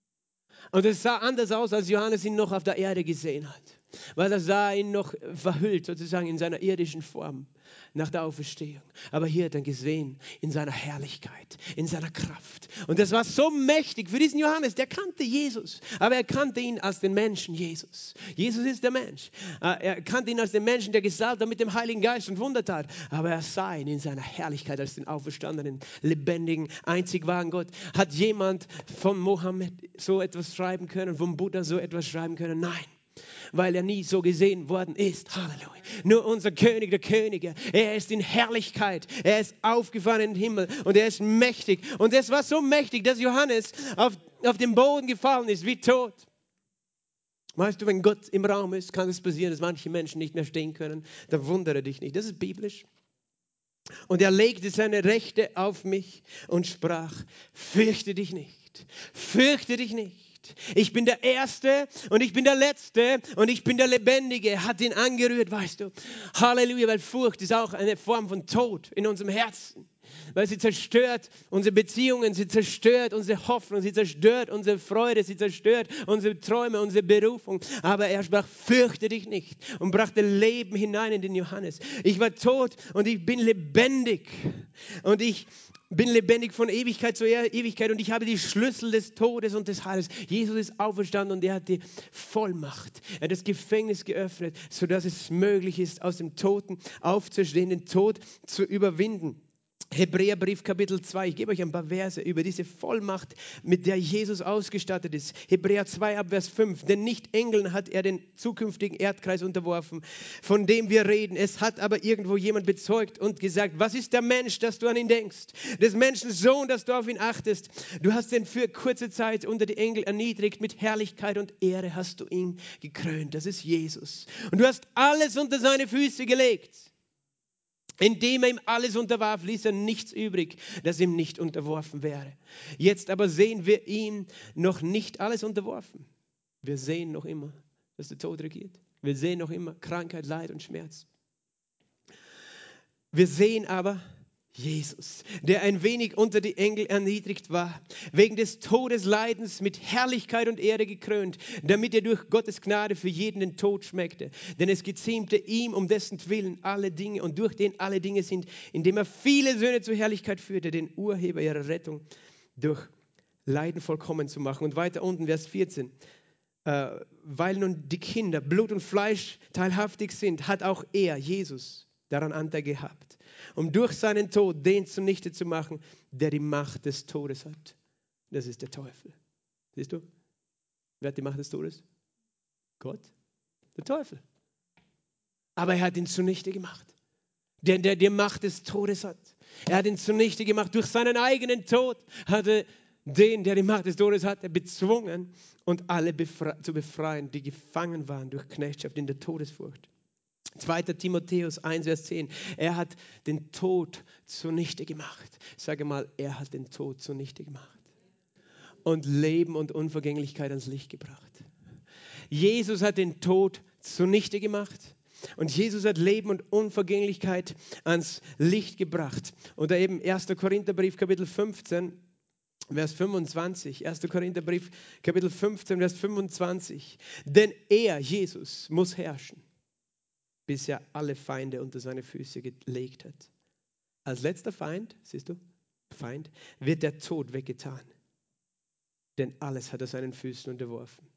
Speaker 1: Und es sah anders aus, als Johannes ihn noch auf der Erde gesehen hat. Weil er sah ihn noch verhüllt, sozusagen in seiner irdischen Form, nach der Auferstehung. Aber hier hat er ihn gesehen, in seiner Herrlichkeit, in seiner Kraft. Und das war so mächtig für diesen Johannes, der kannte Jesus. Aber er kannte ihn als den Menschen Jesus. Jesus ist der Mensch. Er kannte ihn als den Menschen, der gesalbt war mit dem Heiligen Geist und Wunder tat. Aber er sah ihn in seiner Herrlichkeit als den auferstandenen, lebendigen, einzig wahren Gott. Hat jemand von Mohammed so etwas schreiben können, vom Buddha so etwas schreiben können? Nein. Weil er nie so gesehen worden ist. Halleluja. Nur unser König der Könige. Er ist in Herrlichkeit. Er ist aufgefahren in den Himmel und er ist mächtig. Und es war so mächtig, dass Johannes auf, auf den Boden gefallen ist, wie tot. Weißt du, wenn Gott im Raum ist, kann es passieren, dass manche Menschen nicht mehr stehen können. Da wundere dich nicht. Das ist biblisch. Und er legte seine Rechte auf mich und sprach, fürchte dich nicht. Fürchte dich nicht. Ich bin der Erste und ich bin der Letzte und ich bin der Lebendige. Er hat ihn angerührt, weißt du. Halleluja, weil Furcht ist auch eine Form von Tod in unserem Herzen. Weil sie zerstört unsere Beziehungen, sie zerstört unsere Hoffnung, sie zerstört unsere Freude, sie zerstört unsere Träume, unsere Berufung. Aber er sprach, fürchte dich nicht und brachte Leben hinein in den Johannes. Ich war tot und ich bin lebendig. Und ich bin lebendig von Ewigkeit zu Ewigkeit und ich habe die Schlüssel des Todes und des Heiles. Jesus ist auferstanden und er hat die Vollmacht. Er hat das Gefängnis geöffnet, sodass es möglich ist, aus dem Toten aufzustehen, den Tod zu überwinden. Hebräerbrief Kapitel zwei, ich gebe euch ein paar Verse über diese Vollmacht, mit der Jesus ausgestattet ist. Hebräer zwei ab Vers fünf, denn nicht Engeln hat er den zukünftigen Erdkreis unterworfen, von dem wir reden. Es hat aber irgendwo jemand bezeugt und gesagt, was ist der Mensch, dass du an ihn denkst? Des Menschen Sohn, dass du auf ihn achtest. Du hast ihn für kurze Zeit unter die Engel erniedrigt, mit Herrlichkeit und Ehre hast du ihn gekrönt. Das ist Jesus. Und du hast alles unter seine Füße gelegt. Indem er ihm alles unterwarf, ließ er nichts übrig, das ihm nicht unterworfen wäre. Jetzt aber sehen wir ihm noch nicht alles unterworfen. Wir sehen noch immer, dass der Tod regiert. Wir sehen noch immer Krankheit, Leid und Schmerz. Wir sehen aber Jesus, der ein wenig unter die Engel erniedrigt war, wegen des Todesleidens mit Herrlichkeit und Ehre gekrönt, damit er durch Gottes Gnade für jeden den Tod schmeckte. Denn es geziemte ihm, um dessen Willen alle Dinge und durch den alle Dinge sind, indem er viele Söhne zur Herrlichkeit führte, den Urheber ihrer Rettung durch Leiden vollkommen zu machen. Und weiter unten, Vers vierzehn. Äh, weil nun die Kinder Blut und Fleisch teilhaftig sind, hat auch er, Jesus, daran Anteil gehabt, um durch seinen Tod den zunichte zu machen, der die Macht des Todes hat. Das ist der Teufel. Siehst du? Wer hat die Macht des Todes? Gott, der Teufel. Aber er hat ihn zunichte gemacht. Der, der die Macht des Todes hat. Er hat ihn zunichte gemacht. Durch seinen eigenen Tod hat er den, der die Macht des Todes hatte, bezwungen und alle befre- zu befreien, die gefangen waren durch Knechtschaft in der Todesfurcht. zweiter Timotheus eins, Vers zehn. Er hat den Tod zunichte gemacht. Sage mal, er hat den Tod zunichte gemacht. Und Leben und Unvergänglichkeit ans Licht gebracht. Jesus hat den Tod zunichte gemacht. Und Jesus hat Leben und Unvergänglichkeit ans Licht gebracht. Oder eben erster Korintherbrief, Kapitel fünfzehn, Vers fünfundzwanzig. erster Korintherbrief, Kapitel fünfzehn, Vers fünfundzwanzig. Denn er, Jesus, muss herrschen, bis er alle Feinde unter seine Füße gelegt hat. Als letzter Feind, siehst du, Feind, wird der Tod weggetan. Denn alles hat er seinen Füßen unterworfen.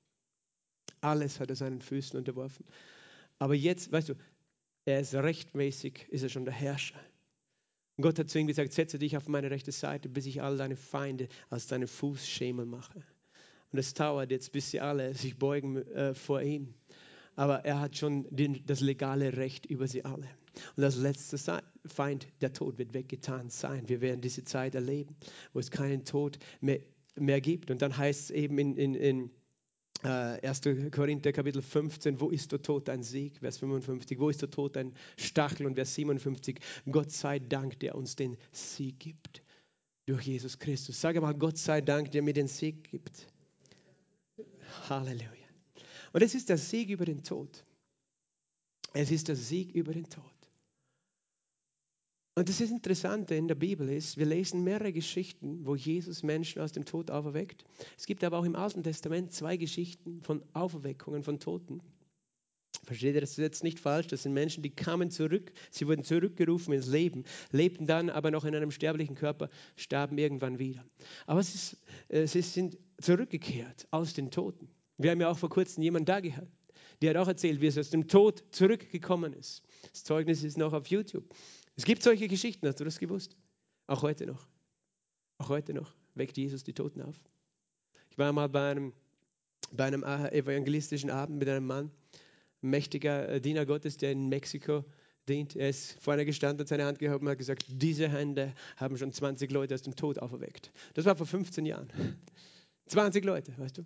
Speaker 1: Alles hat er seinen Füßen unterworfen. Aber jetzt, weißt du, er ist rechtmäßig, ist er schon der Herrscher. Und Gott hat zu ihm gesagt, setze dich auf meine rechte Seite, bis ich all deine Feinde als deine Fußschemel mache. Und es dauert jetzt, bis sie alle sich beugen äh, vor ihm. Aber er hat schon den, das legale Recht über sie alle. Und als letzter Feind, der Tod wird weggetan sein. Wir werden diese Zeit erleben, wo es keinen Tod mehr, mehr gibt. Und dann heißt es eben in, in, in äh, erster Korinther Kapitel fünfzehn, wo ist der Tod dein Sieg? Vers fünfundfünfzig, wo ist der Tod dein Stachel? Und Vers siebenundfünfzig, Gott sei Dank, der uns den Sieg gibt. Durch Jesus Christus. Sage mal, Gott sei Dank, der mir den Sieg gibt. Halleluja. Und es ist der Sieg über den Tod. Es ist der Sieg über den Tod. Und das Interessante in der Bibel ist, wir lesen mehrere Geschichten, wo Jesus Menschen aus dem Tod auferweckt. Es gibt aber auch im Alten Testament zwei Geschichten von Auferweckungen von Toten. Versteht ihr, das ist jetzt nicht falsch, das sind Menschen, die kamen zurück, sie wurden zurückgerufen ins Leben, lebten dann aber noch in einem sterblichen Körper, starben irgendwann wieder. Aber es ist, äh, sie sind zurückgekehrt aus den Toten. Wir haben ja auch vor kurzem jemanden da gehabt, der hat auch erzählt, wie es aus dem Tod zurückgekommen ist. Das Zeugnis ist noch auf YouTube. Es gibt solche Geschichten, hast du das gewusst? Auch heute noch. Auch heute noch weckt Jesus die Toten auf. Ich war mal bei einem, bei einem evangelistischen Abend mit einem Mann, ein mächtiger Diener Gottes, der in Mexiko dient. Er ist vorne gestanden und seine Hand gehoben und hat gesagt, diese Hände haben schon zwanzig Leute aus dem Tod auferweckt. Das war vor fünfzehn Jahren. zwanzig Leute, weißt du?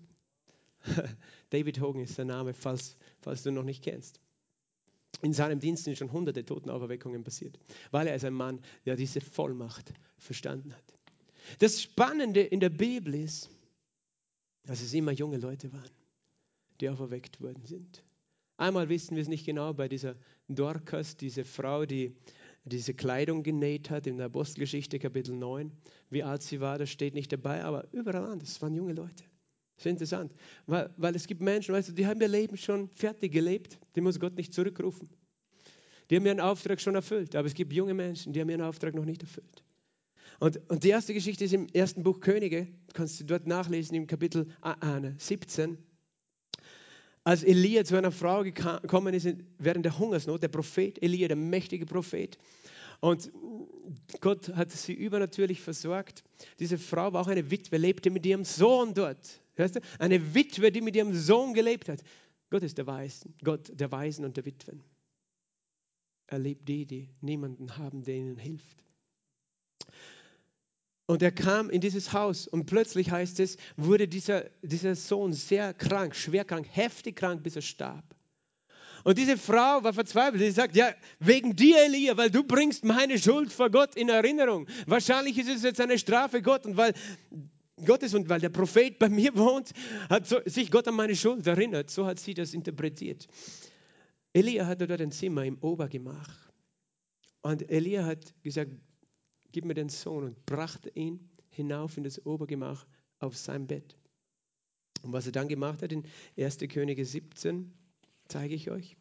Speaker 1: David Hogan ist sein Name, falls, falls du ihn noch nicht kennst. In seinem Dienst sind schon hunderte Totenauferweckungen passiert, weil er ist ein Mann, der diese Vollmacht verstanden hat. Das Spannende in der Bibel ist, dass es immer junge Leute waren, die auferweckt worden sind. Einmal wissen wir es nicht genau bei dieser Dorcas, diese Frau, die diese Kleidung genäht hat, in der Apostelgeschichte Kapitel neun. Wie alt sie war, das steht nicht dabei, aber überall anders, es waren junge Leute. Das ist interessant, weil, weil es gibt Menschen, weißt du, die haben ihr Leben schon fertig gelebt, die muss Gott nicht zurückrufen. Die haben ihren Auftrag schon erfüllt, aber es gibt junge Menschen, die haben ihren Auftrag noch nicht erfüllt. Und, und die erste Geschichte ist im ersten Buch Könige, kannst du dort nachlesen, im Kapitel siebzehn. Als Elia zu einer Frau gekommen ist während der Hungersnot, der Prophet Elia, der mächtige Prophet, und Gott hat sie übernatürlich versorgt. Diese Frau war auch eine Witwe, lebte mit ihrem Sohn dort. Hörst du? Eine Witwe, die mit ihrem Sohn gelebt hat. Gott ist der Weisen, Gott der Waisen und der Witwen. Er liebt die, die niemanden haben, der ihnen hilft. Und er kam in dieses Haus und plötzlich, heißt es, wurde dieser, dieser Sohn sehr krank, schwer krank, heftig krank, bis er starb. Und diese Frau war verzweifelt. Sie sagt, ja, wegen dir, Elia, weil du bringst meine Schuld vor Gott in Erinnerung. Wahrscheinlich ist es jetzt eine Strafe Gott und weil Gott ist und weil der Prophet bei mir wohnt, hat so, sich Gott an meine Schuld erinnert. So hat sie das interpretiert. Elia hatte dort ein Zimmer im Obergemach. Und Elia hat gesagt, gib mir den Sohn, und brachte ihn hinauf in das Obergemach auf sein Bett. Und was er dann gemacht hat in erster Könige siebzehn, zeige ich euch.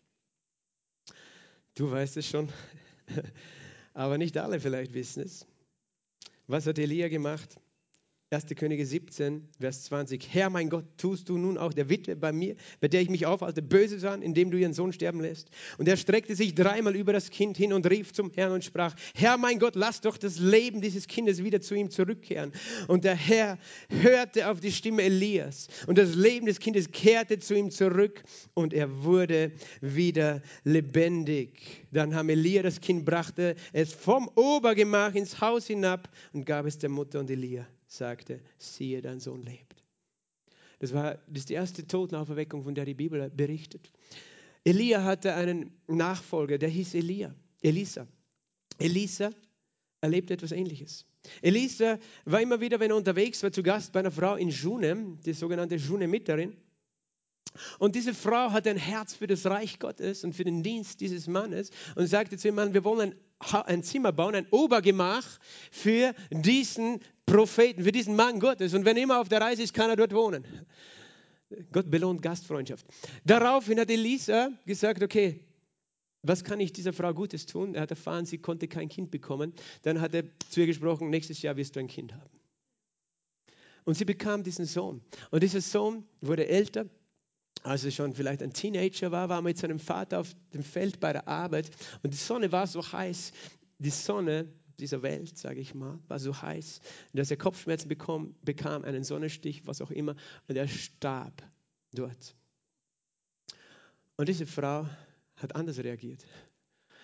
Speaker 1: Du weißt es schon, aber nicht alle vielleicht wissen es. Was hat Elia gemacht? erster Könige siebzehn, Vers zwanzig. Herr, mein Gott, tust du nun auch der Witwe bei mir, bei der ich mich aufhalte, Böses an, indem du ihren Sohn sterben lässt? Und er streckte sich dreimal über das Kind hin und rief zum Herrn und sprach, Herr, mein Gott, lass doch das Leben dieses Kindes wieder zu ihm zurückkehren. Und der Herr hörte auf die Stimme Elias und das Leben des Kindes kehrte zu ihm zurück und er wurde wieder lebendig. Dann nahm Elia das Kind, brachte es vom Obergemach ins Haus hinab und gab es der Mutter, und Elia sagte, siehe, dein Sohn lebt. Das war das ist die erste Totenauferweckung, von der die Bibel berichtet. Elia hatte einen Nachfolger, der hieß Elia, Elisa. Elisa erlebte etwas Ähnliches. Elisa war immer wieder, wenn er unterwegs war, zu Gast bei einer Frau in Shunem, die sogenannte Shunemiterin. Und diese Frau hatte ein Herz für das Reich Gottes und für den Dienst dieses Mannes und sagte zu ihm, Mann, wir wollen ein, ein Zimmer bauen, ein Obergemach für diesen Propheten, für diesen Mann Gottes. Und wenn er immer auf der Reise ist, kann er dort wohnen. Gott belohnt Gastfreundschaft. Daraufhin hat Elisa gesagt, okay, was kann ich dieser Frau Gutes tun? Er hat erfahren, sie konnte kein Kind bekommen. Dann hat er zu ihr gesprochen, nächstes Jahr wirst du ein Kind haben. Und sie bekam diesen Sohn. Und dieser Sohn wurde älter. Als er schon vielleicht ein Teenager war, war er mit seinem Vater auf dem Feld bei der Arbeit und die Sonne war so heiß, die Sonne dieser Welt, sage ich mal, war so heiß, dass er Kopfschmerzen bekam, bekam, einen Sonnenstich, was auch immer, und er starb dort. Und diese Frau hat anders reagiert.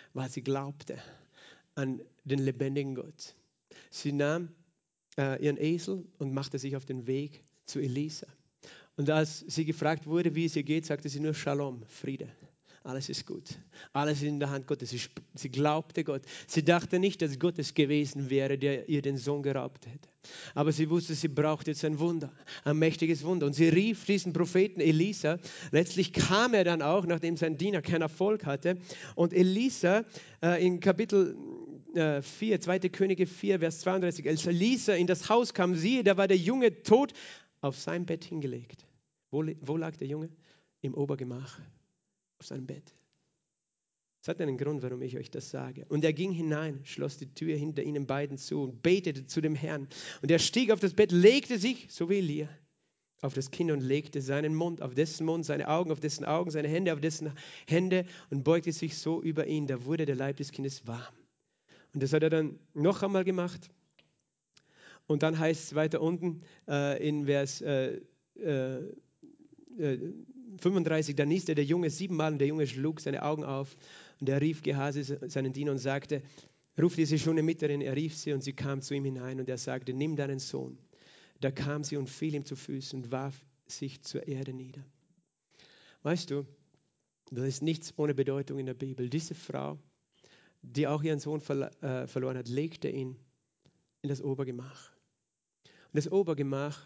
Speaker 1: weil sie glaubte an den lebendigen Gott. Sie nahm äh, ihren Esel und machte sich auf den Weg zu Elisa. Und als sie gefragt wurde, wie es ihr geht, sagte sie nur Shalom, Friede. Alles ist gut. Alles ist in der Hand Gottes. Sie, sie glaubte Gott. Sie dachte nicht, dass Gott es gewesen wäre, der ihr den Sohn geraubt hätte. Aber sie wusste, sie braucht jetzt ein Wunder, ein mächtiges Wunder. Und sie rief diesen Propheten Elisa. Letztlich kam er dann auch, nachdem sein Diener keinen Erfolg hatte. Und Elisa äh, in Kapitel äh, vier, zweite Könige vier, Vers zweiunddreißig, als Elisa in das Haus kam, siehe, da war der Junge tot auf sein Bett hingelegt. Wo, wo lag der Junge? Im Obergemach. Auf seinem Bett. Es hat einen Grund, warum ich euch das sage. Und er ging hinein, schloss die Tür hinter ihnen beiden zu und betete zu dem Herrn. Und er stieg auf das Bett, legte sich, so wie Elia, auf das Kind und legte seinen Mund auf dessen Mund, seine Augen auf dessen Augen, seine Hände auf dessen Hände und beugte sich so über ihn. Da wurde der Leib des Kindes warm. Und das hat er dann noch einmal gemacht. Und dann heißt es weiter unten äh, in Vers äh, äh, äh, fünfunddreißig, da nieste der Junge siebenmal und der Junge schlug seine Augen auf und er rief Gehasi, seinen Diener, und sagte, ruf diese Schunemitterin. Er rief sie und sie kam zu ihm hinein und er sagte, nimm deinen Sohn. Da kam sie und fiel ihm zu Füßen und warf sich zur Erde nieder. Weißt du, das ist nichts ohne Bedeutung in der Bibel. Diese Frau, die auch ihren Sohn verla- äh, verloren hat, legte ihn in das Obergemach. Und das Obergemach,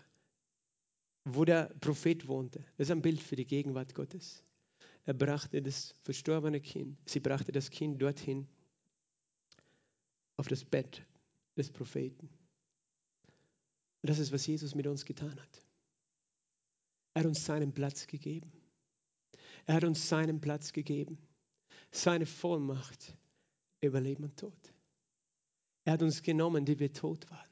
Speaker 1: wo der Prophet wohnte, das ist ein Bild für die Gegenwart Gottes. Er brachte das verstorbene Kind, sie brachte das Kind dorthin auf das Bett des Propheten. Und das ist, was Jesus mit uns getan hat. Er hat uns seinen Platz gegeben. Er hat uns seinen Platz gegeben. Seine Vollmacht über Leben und Tod. Er hat uns genommen, die wir tot waren.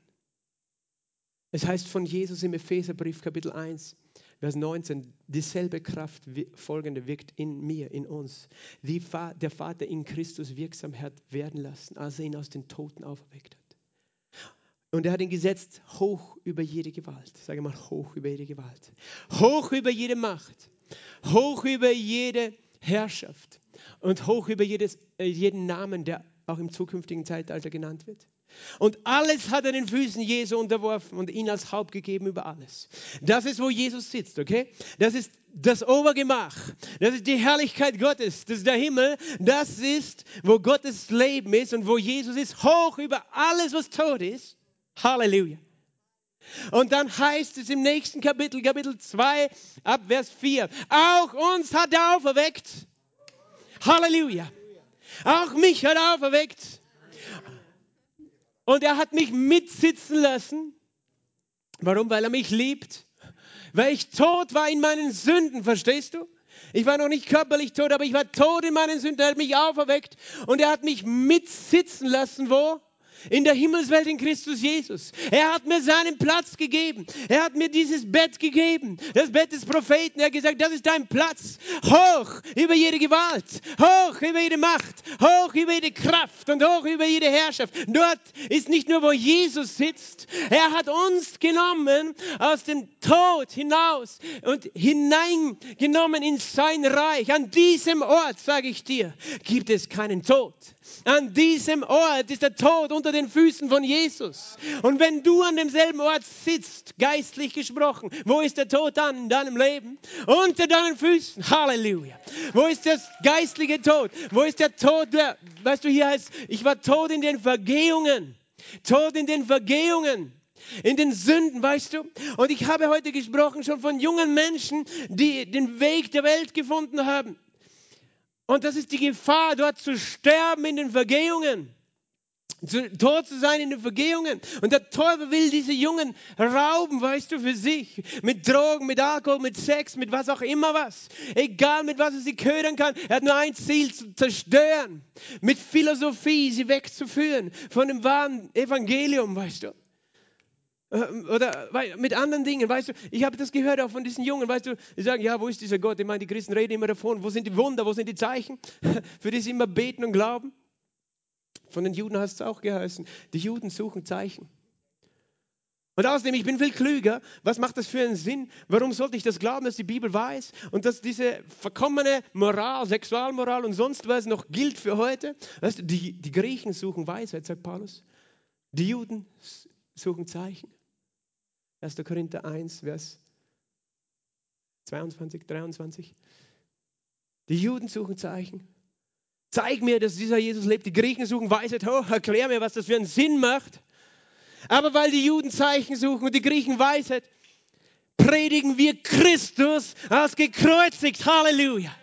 Speaker 1: Es heißt von Jesus im Epheserbrief Kapitel eins, Vers neunzehn, dieselbe Kraft folgende wirkt in mir, in uns, die der Vater in Christus wirksam hat werden lassen, als er ihn aus den Toten auferweckt hat. Und er hat ihn gesetzt hoch über jede Gewalt. Sage mal, hoch über jede Gewalt. Hoch über jede Macht. Hoch über jede Herrschaft. Und hoch über jedes, jeden Namen, der auch im zukünftigen Zeitalter genannt wird. Und alles hat er den Füßen Jesu unterworfen und ihn als Haupt gegeben über alles. Das ist, wo Jesus sitzt, okay? Das ist das Obergemach. Das ist die Herrlichkeit Gottes. Das ist der Himmel. Das ist, wo Gottes Leben ist und wo Jesus ist, hoch über alles, was tot ist. Halleluja. Und dann heißt es im nächsten Kapitel, Kapitel zwei, ab Vers vier, auch uns hat er auferweckt. Halleluja. Auch mich hat er auferweckt. Und er hat mich mitsitzen lassen. Warum? Weil er mich liebt. Weil ich tot war in meinen Sünden, verstehst du? Ich war noch nicht körperlich tot, aber ich war tot in meinen Sünden. Er hat mich auferweckt und er hat mich mitsitzen lassen. Wo? In der Himmelswelt in Christus Jesus. Er hat mir seinen Platz gegeben. Er hat mir dieses Bett gegeben. Das Bett des Propheten. Er hat gesagt, das ist dein Platz. Hoch über jede Gewalt. Hoch über jede Macht. Hoch über jede Kraft und hoch über jede Herrschaft. Dort ist nicht nur, wo Jesus sitzt. Er hat uns genommen aus dem Tod hinaus und hineingenommen in sein Reich. An diesem Ort, sage ich dir, gibt es keinen Tod. An diesem Ort ist der Tod unter den Füßen von Jesus. Und wenn du an demselben Ort sitzt, geistlich gesprochen, wo ist der Tod dann in deinem Leben? Unter deinen Füßen. Halleluja. Wo ist das geistliche Tod? Wo ist der Tod? Der, weißt du, hier heißt, ich war tot in den Vergehungen. Tot in den Vergehungen. In den Sünden, weißt du? Und ich habe heute gesprochen schon von jungen Menschen, die den Weg der Welt gefunden haben. Und das ist die Gefahr, dort zu sterben in den Vergehungen. Zu, tot zu sein in den Vergehungen. Und der Teufel will diese Jungen rauben, weißt du, für sich. Mit Drogen, mit Alkohol, mit Sex, mit was auch immer was. Egal mit was er sie ködern kann. Er hat nur ein Ziel, zu zerstören. Mit Philosophie sie wegzuführen von dem wahren Evangelium, weißt du. Oder mit anderen Dingen, weißt du, ich habe das gehört auch von diesen Jungen, weißt du, die sagen, ja, wo ist dieser Gott? Ich meine, die Christen reden immer davon, wo sind die Wunder, wo sind die Zeichen, für die sie immer beten und glauben? Von den Juden hat es auch geheißen, die Juden suchen Zeichen. Und außerdem, ich bin viel klüger. Was macht das für einen Sinn? Warum sollte ich das glauben, dass die Bibel weiß und dass diese verkommene Moral, Sexualmoral und sonst was noch gilt für heute? Weißt du, die, die Griechen suchen Weisheit, sagt Paulus. Die Juden suchen Zeichen. erster Korinther eins, Vers zweiundzwanzig, dreiundzwanzig. Die Juden suchen Zeichen. Zeig mir, dass dieser Jesus lebt. Die Griechen suchen Weisheit. Oh, erklär mir, was das für einen Sinn macht. Aber weil die Juden Zeichen suchen und die Griechen Weisheit, predigen wir Christus als gekreuzigt. Halleluja.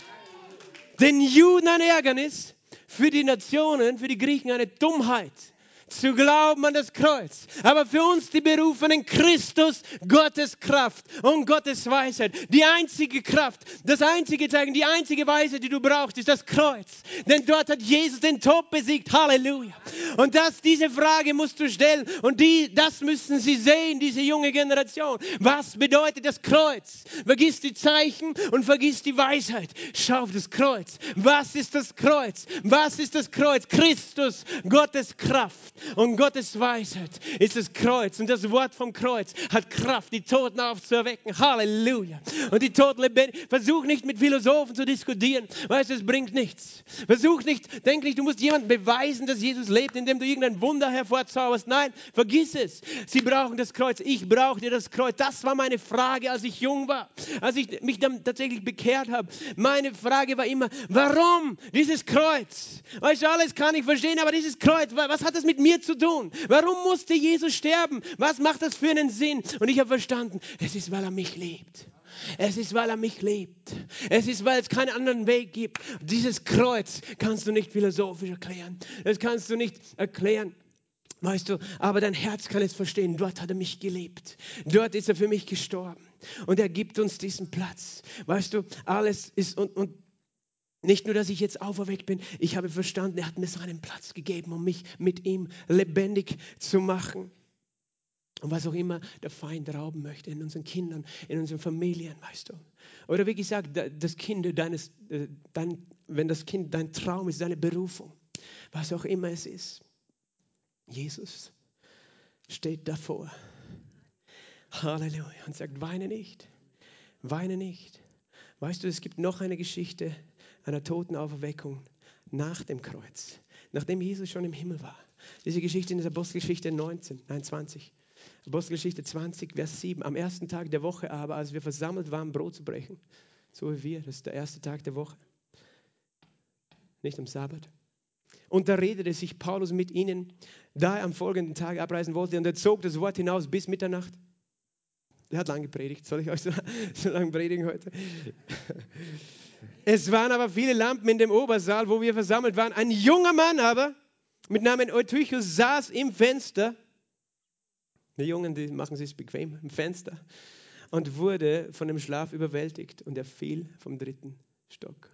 Speaker 1: Den Juden ein Ärgernis, für die Nationen, für die Griechen eine Dummheit. Zu glauben an das Kreuz. Aber für uns die Berufenen Christus, Gottes Kraft und Gottes Weisheit. Die einzige Kraft, das einzige Zeichen, die einzige Weisheit, die du brauchst, ist das Kreuz. Denn dort hat Jesus den Tod besiegt. Halleluja. Und das, diese Frage musst du stellen. Und die, das müssen sie sehen, diese junge Generation. Was bedeutet das Kreuz? Vergiss die Zeichen und vergiss die Weisheit. Schau auf das Kreuz. Was ist das Kreuz? Was ist das Kreuz? Christus, Gottes Kraft. Und Gottes Weisheit ist das Kreuz. Und das Wort vom Kreuz hat Kraft, die Toten aufzuerwecken. Halleluja. Und die Toten lebendig. Versuch nicht mit Philosophen zu diskutieren. Weißt du, es bringt nichts. Versuch nicht, denk nicht, du musst jemandem beweisen, dass Jesus lebt, indem du irgendein Wunder hervorzauberst. Nein, vergiss es. Sie brauchen das Kreuz. Ich brauchte das Kreuz. Das war meine Frage, als ich jung war. Als ich mich dann tatsächlich bekehrt habe. Meine Frage war immer, warum dieses Kreuz? Weißt du, alles kann ich verstehen, aber dieses Kreuz, was hat das mit mir zu tun? Warum musste Jesus sterben? Was macht das für einen Sinn? Und ich habe verstanden, es ist, weil er mich liebt. Es ist, weil er mich liebt. Es ist, weil es keinen anderen Weg gibt. Dieses Kreuz kannst du nicht philosophisch erklären. Das kannst du nicht erklären. Weißt du, aber dein Herz kann es verstehen. Dort hat er mich geliebt. Dort ist er für mich gestorben. Und er gibt uns diesen Platz. Weißt du, alles ist und, und nicht nur, dass ich jetzt auferweckt bin, ich habe verstanden, er hat mir seinen Platz gegeben, um mich mit ihm lebendig zu machen. Und was auch immer der Feind rauben möchte in unseren Kindern, in unseren Familien, weißt du. Oder wie gesagt, das Kind deines, dein, wenn das Kind dein Traum ist, deine Berufung, was auch immer es ist. Jesus steht davor. Halleluja. Und sagt, weine nicht, weine nicht. Weißt du, es gibt noch eine Geschichte einer Totenauferweckung nach dem Kreuz, nachdem Jesus schon im Himmel war. Diese Geschichte in der Apostelgeschichte neunzehn, nein, zwanzig. Apostelgeschichte zwanzig, Vers sieben. Am ersten Tag der Woche aber, als wir versammelt waren, Brot zu brechen, so wie wir, das ist der erste Tag der Woche, nicht am Sabbat. Und da redete sich Paulus mit ihnen, da er am folgenden Tag abreisen wollte, und er zog das Wort hinaus bis Mitternacht. Er hat lange gepredigt. Soll ich euch so, so lange predigen heute? Es waren aber viele Lampen in dem Obersaal, wo wir versammelt waren. Ein junger Mann aber, mit Namen Eutychus, saß im Fenster. Die Jungen, die machen es sich bequem, im Fenster. Und wurde von dem Schlaf überwältigt. Und er fiel vom dritten Stock.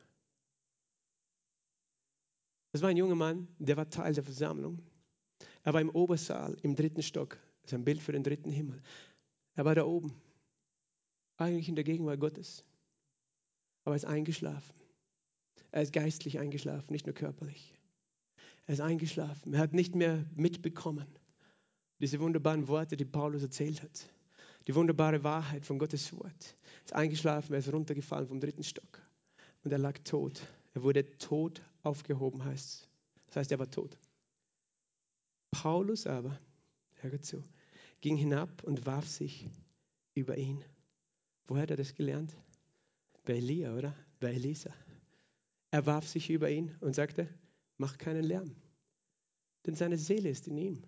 Speaker 1: Das war ein junger Mann, der war Teil der Versammlung. Er war im Obersaal, im dritten Stock. Das ist ein Bild für den dritten Himmel. Er war da oben, eigentlich in der Gegenwart Gottes, aber er ist eingeschlafen. Er ist geistlich eingeschlafen, nicht nur körperlich. Er ist eingeschlafen. Er hat nicht mehr mitbekommen, diese wunderbaren Worte, die Paulus erzählt hat. Die wunderbare Wahrheit von Gottes Wort. Er ist eingeschlafen, er ist runtergefallen vom dritten Stock. Und er lag tot. Er wurde tot aufgehoben, heißt es. Das heißt, er war tot. Paulus aber, hör zu, ging hinab und warf sich über ihn. Woher hat er das gelernt? Bei Elia, oder? Bei Elisa. Er warf sich über ihn und sagte, mach keinen Lärm, denn seine Seele ist in ihm.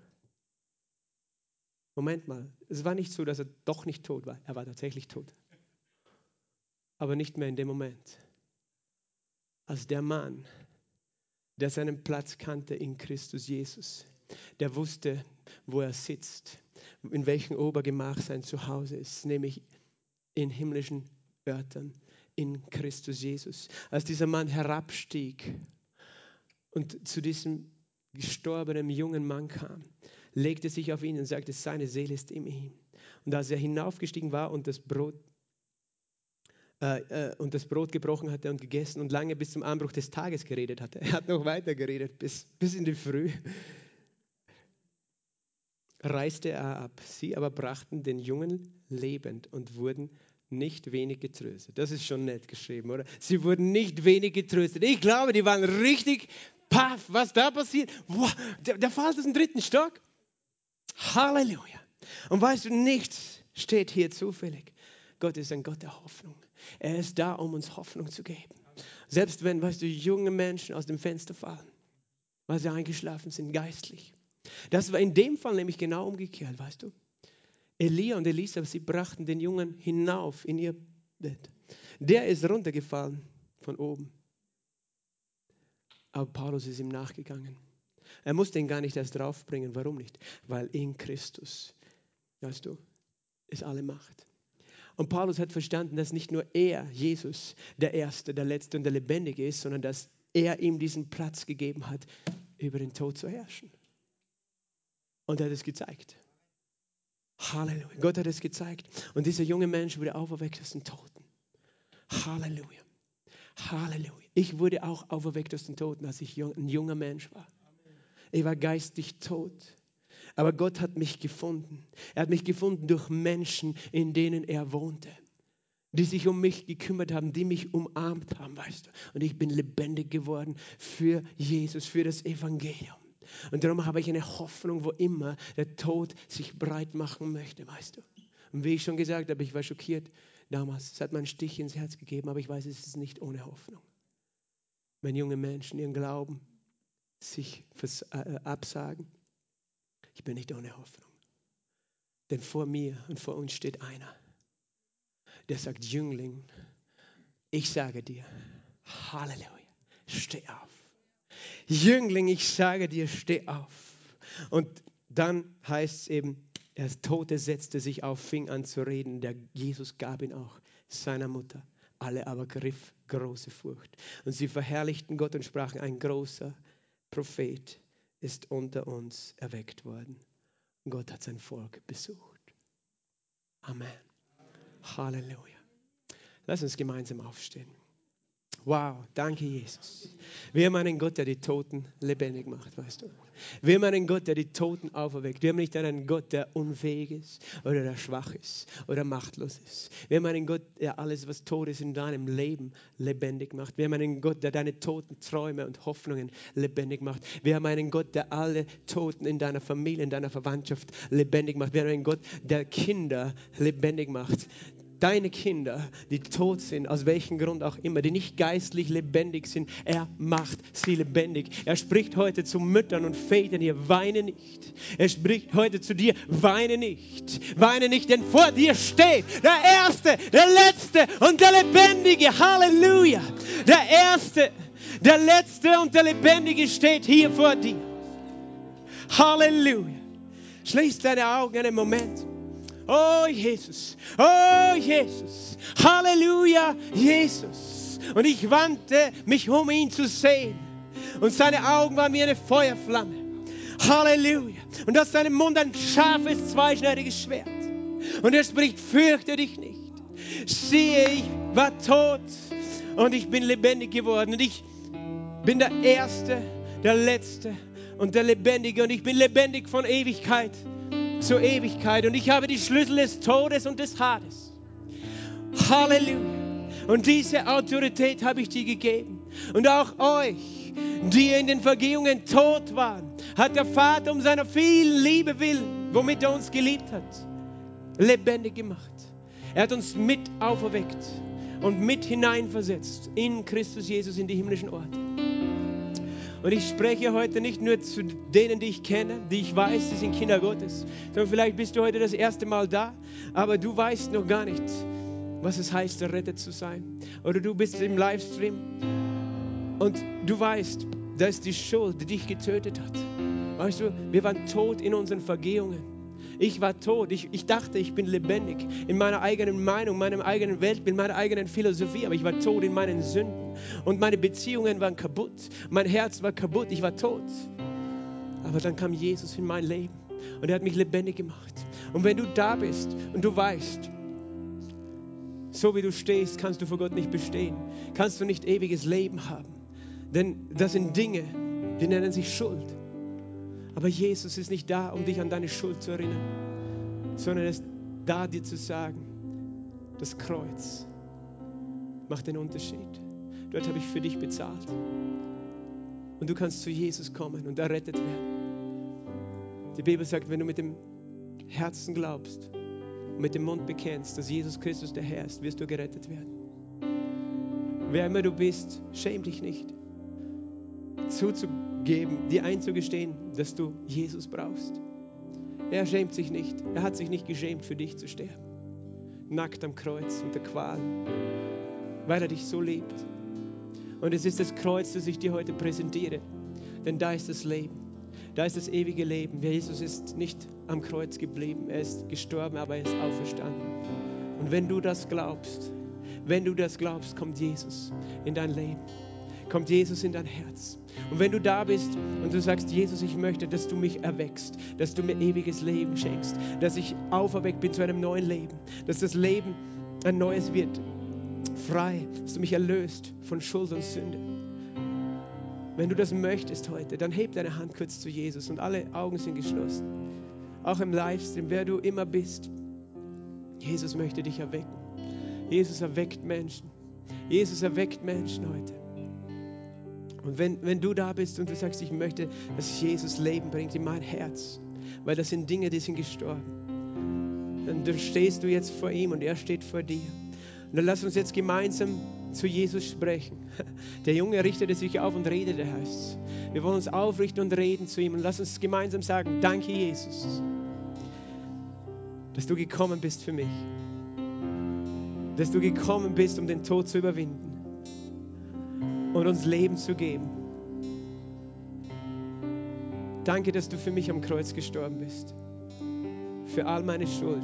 Speaker 1: Moment mal, es war nicht so, dass er doch nicht tot war. Er war tatsächlich tot. Aber nicht mehr in dem Moment. Als der Mann, der seinen Platz kannte in Christus Jesus, der wusste, wo er sitzt, in welchem Obergemach sein Zuhause ist, nämlich in himmlischen Örtern, in Christus Jesus. Als dieser Mann herabstieg und zu diesem gestorbenen jungen Mann kam, legte sich auf ihn und sagte, seine Seele ist in ihm. Und als er hinaufgestiegen war und das Brot äh, äh, und das Brot gebrochen hatte und gegessen und lange bis zum Anbruch des Tages geredet hatte, er hat noch weiter geredet bis, bis in die Früh. reiste er ab. Sie aber brachten den Jungen lebend und wurden nicht wenig getröstet. Das ist schon nett geschrieben, oder? Sie wurden nicht wenig getröstet. Ich glaube, die waren richtig paff, was da passiert. Wow, der, der fällt aus dem dritten Stock. Halleluja. Und weißt du, nichts steht hier zufällig. Gott ist ein Gott der Hoffnung. Er ist da, um uns Hoffnung zu geben. Selbst wenn, weißt du, junge Menschen aus dem Fenster fallen, weil sie eingeschlafen sind, geistlich. Das war in dem Fall nämlich genau umgekehrt, weißt du. Elia und Elisa, sie brachten den Jungen hinauf in ihr Bett. Der ist runtergefallen von oben. Aber Paulus ist ihm nachgegangen. Er musste ihn gar nicht erst draufbringen. Warum nicht? Weil in Christus, weißt du, ist alle Macht. Und Paulus hat verstanden, dass nicht nur er, Jesus, der Erste, der Letzte und der Lebendige ist, sondern dass er ihm diesen Platz gegeben hat, über den Tod zu herrschen. Und er hat es gezeigt. Halleluja. Gott hat es gezeigt. Und dieser junge Mensch wurde auferweckt aus den Toten. Halleluja. Halleluja. Ich wurde auch auferweckt aus den Toten, als ich ein junger Mensch war. Ich war geistig tot. Aber Gott hat mich gefunden. Er hat mich gefunden durch Menschen, in denen er wohnte. Die sich um mich gekümmert haben, die mich umarmt haben, weißt du. Und ich bin lebendig geworden für Jesus, für das Evangelium. Und darum habe ich eine Hoffnung, wo immer der Tod sich breit machen möchte, weißt du. Und wie ich schon gesagt habe, ich war schockiert damals. Es hat mir einen Stich ins Herz gegeben, aber ich weiß, es ist nicht ohne Hoffnung. Wenn junge Menschen ihren Glauben sich vers- äh, absagen, ich bin nicht ohne Hoffnung. Denn vor mir und vor uns steht einer, der sagt, Jüngling, ich sage dir, Halleluja, steh auf. Jüngling, ich sage dir, steh auf. Und dann heißt es eben, der Tote setzte sich auf, fing an zu reden. Der Jesus gab ihn auch seiner Mutter. Alle aber griff große Furcht. Und sie verherrlichten Gott und sprachen, ein großer Prophet ist unter uns erweckt worden. Gott hat sein Volk besucht. Amen. Halleluja. Lass uns gemeinsam aufstehen. Wow, danke Jesus. Wir haben einen Gott, der die Toten lebendig macht, weißt du. Wir haben einen Gott, der die Toten auferweckt. Wir haben nicht einen Gott, der unfähig ist oder der schwach ist oder machtlos ist. Wir haben einen Gott, der alles, was tot ist in deinem Leben, lebendig macht. Wir haben einen Gott, der deine toten Träume und Hoffnungen lebendig macht. Wir haben einen Gott, der alle Toten in deiner Familie, in deiner Verwandtschaft lebendig macht. Wir haben einen Gott, der Kinder lebendig macht. Deine Kinder, die tot sind, aus welchem Grund auch immer, die nicht geistlich lebendig sind, er macht sie lebendig. Er spricht heute zu Müttern und Vätern hier, weine nicht. Er spricht heute zu dir, weine nicht. Weine nicht, denn vor dir steht der Erste, der Letzte und der Lebendige. Halleluja. Der Erste, der Letzte und der Lebendige steht hier vor dir. Halleluja. Schließ deine Augen einen Moment. Oh Jesus, oh Jesus, Halleluja, Jesus. Und ich wandte mich, um ihn zu sehen. Und seine Augen waren wie eine Feuerflamme. Halleluja. Und aus seinem Mund ein scharfes, zweischneidiges Schwert. Und er spricht, fürchte dich nicht. Siehe, ich war tot und ich bin lebendig geworden. Und ich bin der Erste, der Letzte und der Lebendige. Und ich bin lebendig von Ewigkeit zur Ewigkeit. Und ich habe die Schlüssel des Todes und des Hades. Halleluja. Und diese Autorität habe ich dir gegeben. Und auch euch, die in den Vergehungen tot waren, hat der Vater um seiner vielen Liebe willen, womit er uns geliebt hat, lebendig gemacht. Er hat uns mit auferweckt und mit hineinversetzt in Christus Jesus in die himmlischen Orte. Und ich spreche heute nicht nur zu denen, die ich kenne, die ich weiß, die sind Kinder Gottes, sondern vielleicht bist du heute das erste Mal da, aber du weißt noch gar nicht, was es heißt, errettet zu sein. Oder du bist im Livestream und du weißt, da ist die Schuld, die dich getötet hat. Weißt du, wir waren tot in unseren Vergehungen. Ich war tot. Ich, ich dachte, ich bin lebendig in meiner eigenen Meinung, meinem eigenen Weltbild, meiner eigenen Philosophie. Aber ich war tot in meinen Sünden. Und meine Beziehungen waren kaputt. Mein Herz war kaputt. Ich war tot. Aber dann kam Jesus in mein Leben. Und er hat mich lebendig gemacht. Und wenn du da bist und du weißt, so wie du stehst, kannst du vor Gott nicht bestehen. Kannst du nicht ewiges Leben haben. Denn das sind Dinge, die nennen sich Schuld. Aber Jesus ist nicht da, um dich an deine Schuld zu erinnern, sondern er ist da, dir zu sagen, das Kreuz macht den Unterschied. Dort habe ich für dich bezahlt. Und du kannst zu Jesus kommen und errettet werden. Die Bibel sagt, wenn du mit dem Herzen glaubst und mit dem Mund bekennst, dass Jesus Christus der Herr ist, wirst du gerettet werden. Wer immer du bist, schäm dich nicht. Zuzugeben, dir einzugestehen, dass du Jesus brauchst. Er schämt sich nicht. Er hat sich nicht geschämt, für dich zu sterben. Nackt am Kreuz unter Qual, weil er dich so liebt. Und es ist das Kreuz, das ich dir heute präsentiere. Denn da ist das Leben. Da ist das ewige Leben. Jesus ist nicht am Kreuz geblieben. Er ist gestorben, aber er ist auferstanden. Und wenn du das glaubst, wenn du das glaubst, kommt Jesus in dein Leben. Kommt Jesus in dein Herz. Und wenn du da bist und du sagst, Jesus, ich möchte, dass du mich erweckst, dass du mir ewiges Leben schenkst, dass ich auferweckt bin zu einem neuen Leben, dass das Leben ein neues wird, frei, dass du mich erlöst von Schuld und Sünde. Wenn du das möchtest heute, dann heb deine Hand kurz zu Jesus und alle Augen sind geschlossen. Auch im Livestream, wer du immer bist. Jesus möchte dich erwecken. Jesus erweckt Menschen. Jesus erweckt Menschen heute. Und wenn, wenn du da bist und du sagst, ich möchte, dass Jesus Leben bringt in mein Herz, weil das sind Dinge, die sind gestorben, dann stehst du jetzt vor ihm und er steht vor dir. Und dann lass uns jetzt gemeinsam zu Jesus sprechen. Der Junge richtete sich auf und redete, heißt es. Wir wollen uns aufrichten und reden zu ihm und lass uns gemeinsam sagen, danke Jesus, dass du gekommen bist für mich. Dass du gekommen bist, um den Tod zu überwinden und uns Leben zu geben. Danke, dass du für mich am Kreuz gestorben bist. Für all meine Schuld.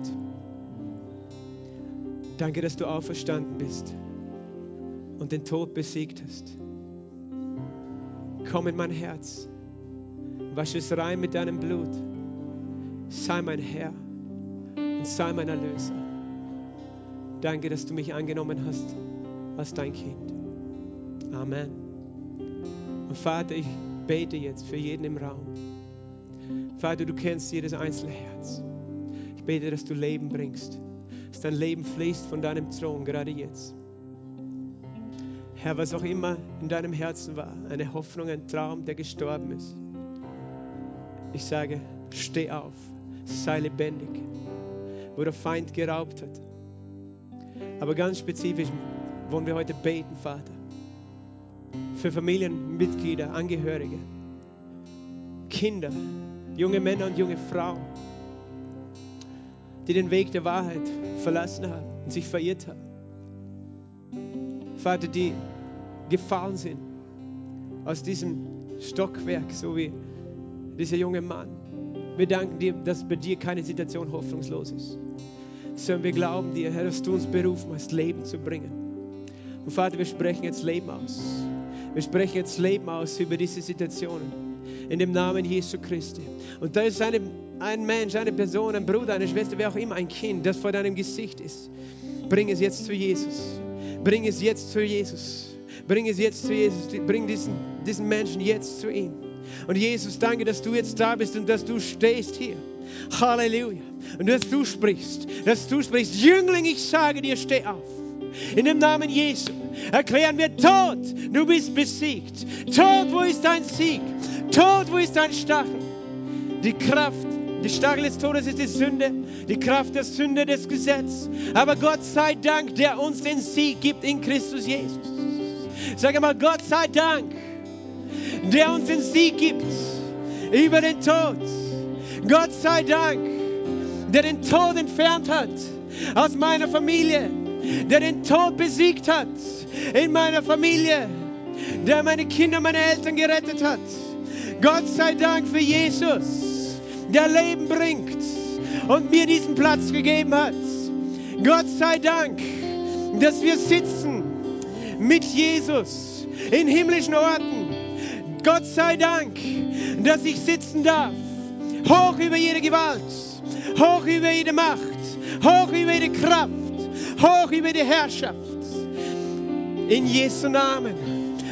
Speaker 1: Danke, dass du auferstanden bist und den Tod besiegt hast. Komm in mein Herz. Wasch es rein mit deinem Blut. Sei mein Herr und sei mein Erlöser. Danke, dass du mich angenommen hast als dein Kind. Amen. Und Vater, ich bete jetzt für jeden im Raum. Vater, du kennst jedes einzelne Herz. Ich bete, dass du Leben bringst, dass dein Leben fließt von deinem Thron, gerade jetzt. Herr, was auch immer in deinem Herzen war, eine Hoffnung, ein Traum, der gestorben ist. Ich sage, steh auf, sei lebendig, wo der Feind geraubt hat. Aber ganz spezifisch wollen wir heute beten, Vater, für Familienmitglieder, Angehörige, Kinder, junge Männer und junge Frauen, die den Weg der Wahrheit verlassen haben und sich verirrt haben. Vater, die gefallen sind aus diesem Stockwerk, so wie dieser junge Mann. Wir danken dir, dass bei dir keine Situation hoffnungslos ist, sondern wir glauben dir, Herr, dass du uns berufen hast, Leben zu bringen. Und Vater, wir sprechen jetzt Leben aus. Wir sprechen jetzt Leben aus über diese Situationen. In dem Namen Jesu Christi. Und da ist eine, ein Mensch, eine Person, ein Bruder, eine Schwester, wer auch immer, ein Kind, das vor deinem Gesicht ist. Bring es jetzt zu Jesus. Bring es jetzt zu Jesus. Bring es jetzt zu Jesus. Bring diesen, diesen Menschen jetzt zu ihm. Und Jesus, danke, dass du jetzt da bist und dass du stehst hier. Halleluja. Und dass du sprichst. Dass du sprichst. Jüngling, ich sage dir, steh auf. In dem Namen Jesu erklären wir, Tod, du bist besiegt. Tod, wo ist dein Sieg? Tod, wo ist dein Stachel? Die Kraft, die Stachel des Todes ist die Sünde, die Kraft der Sünde des Gesetzes. Aber Gott sei Dank, der uns den Sieg gibt in Christus Jesus. Sag einmal, Gott sei Dank, der uns den Sieg gibt über den Tod. Gott sei Dank, der den Tod entfernt hat aus meiner Familie, der den Tod besiegt hat in meiner Familie, der meine Kinder, meine Eltern gerettet hat. Gott sei Dank für Jesus, der Leben bringt und mir diesen Platz gegeben hat. Gott sei Dank, dass wir sitzen mit Jesus in himmlischen Orten. Gott sei Dank, dass ich sitzen darf, hoch über jede Gewalt, hoch über jede Macht, hoch über jede Kraft, hoch über die Herrschaft. In Jesu Namen.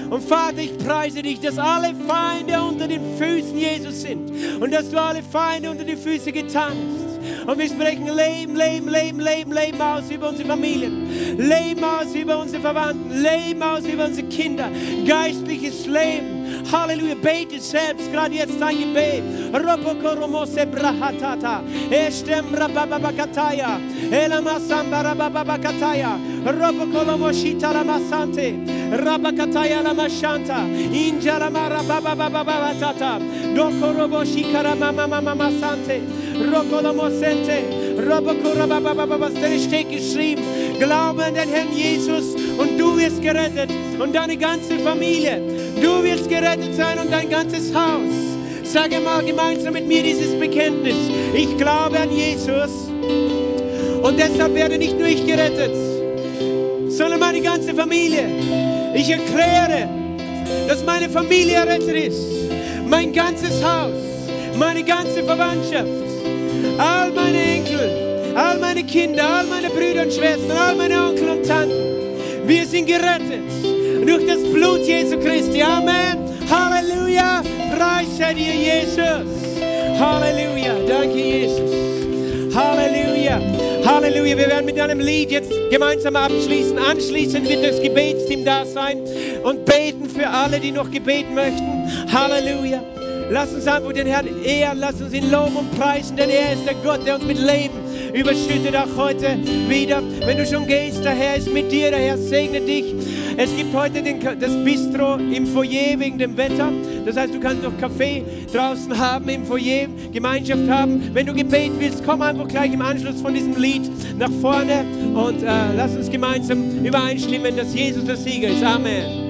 Speaker 1: Und Vater, ich preise dich, dass alle Feinde unter den Füßen Jesus sind und dass du alle Feinde unter die Füße getan hast. Und wir sprechen Leben, Leben, Leben, Leben, Leben aus über unsere Familien. Leben aus über unsere Verwandten. Leben aus über unsere Kinder. Geistliches Leben. Halleluja. Bete selbst, gerade jetzt ein Gebet. Robokoromose brahatata. Estem rabababakataya. Elamasamba rabababakataya. Robokolomoshita lamasante. Rabakataya lamashanta. Injalamara bababababatata. Dokoroboshikara mama mama sante. Rokolomosente, Robokorababababas, denn es steht geschrieben, glaube an den Herrn Jesus und du wirst gerettet und deine ganze Familie. Du wirst gerettet sein und dein ganzes Haus. Sage mal gemeinsam mit mir dieses Bekenntnis. Ich glaube an Jesus und deshalb werde nicht nur ich gerettet, sondern meine ganze Familie. Ich erkläre, dass meine Familie errettet ist. Mein ganzes Haus, meine ganze Verwandtschaft. All meine Enkel, all meine Kinder, all meine Brüder und Schwestern, all meine Onkel und Tanten. Wir sind gerettet durch das Blut Jesu Christi. Amen. Halleluja. Preise dir, Jesus. Halleluja. Danke, Jesus. Halleluja. Halleluja. Wir werden mit einem Lied jetzt gemeinsam abschließen. Anschließend wird das Gebetsteam da sein und beten für alle, die noch gebeten möchten. Halleluja. Lass uns einfach den Herrn ehren, lass uns ihn loben und preisen, denn er ist der Gott, der uns mit Leben überschüttet, auch heute wieder. Wenn du schon gehst, der Herr ist mit dir, der Herr segne dich. Es gibt heute den, das Bistro im Foyer wegen dem Wetter. Das heißt, du kannst noch Kaffee draußen haben im Foyer, Gemeinschaft haben. Wenn du gebeten willst, komm einfach gleich im Anschluss von diesem Lied nach vorne und äh, lass uns gemeinsam übereinstimmen, dass Jesus der Sieger ist. Amen.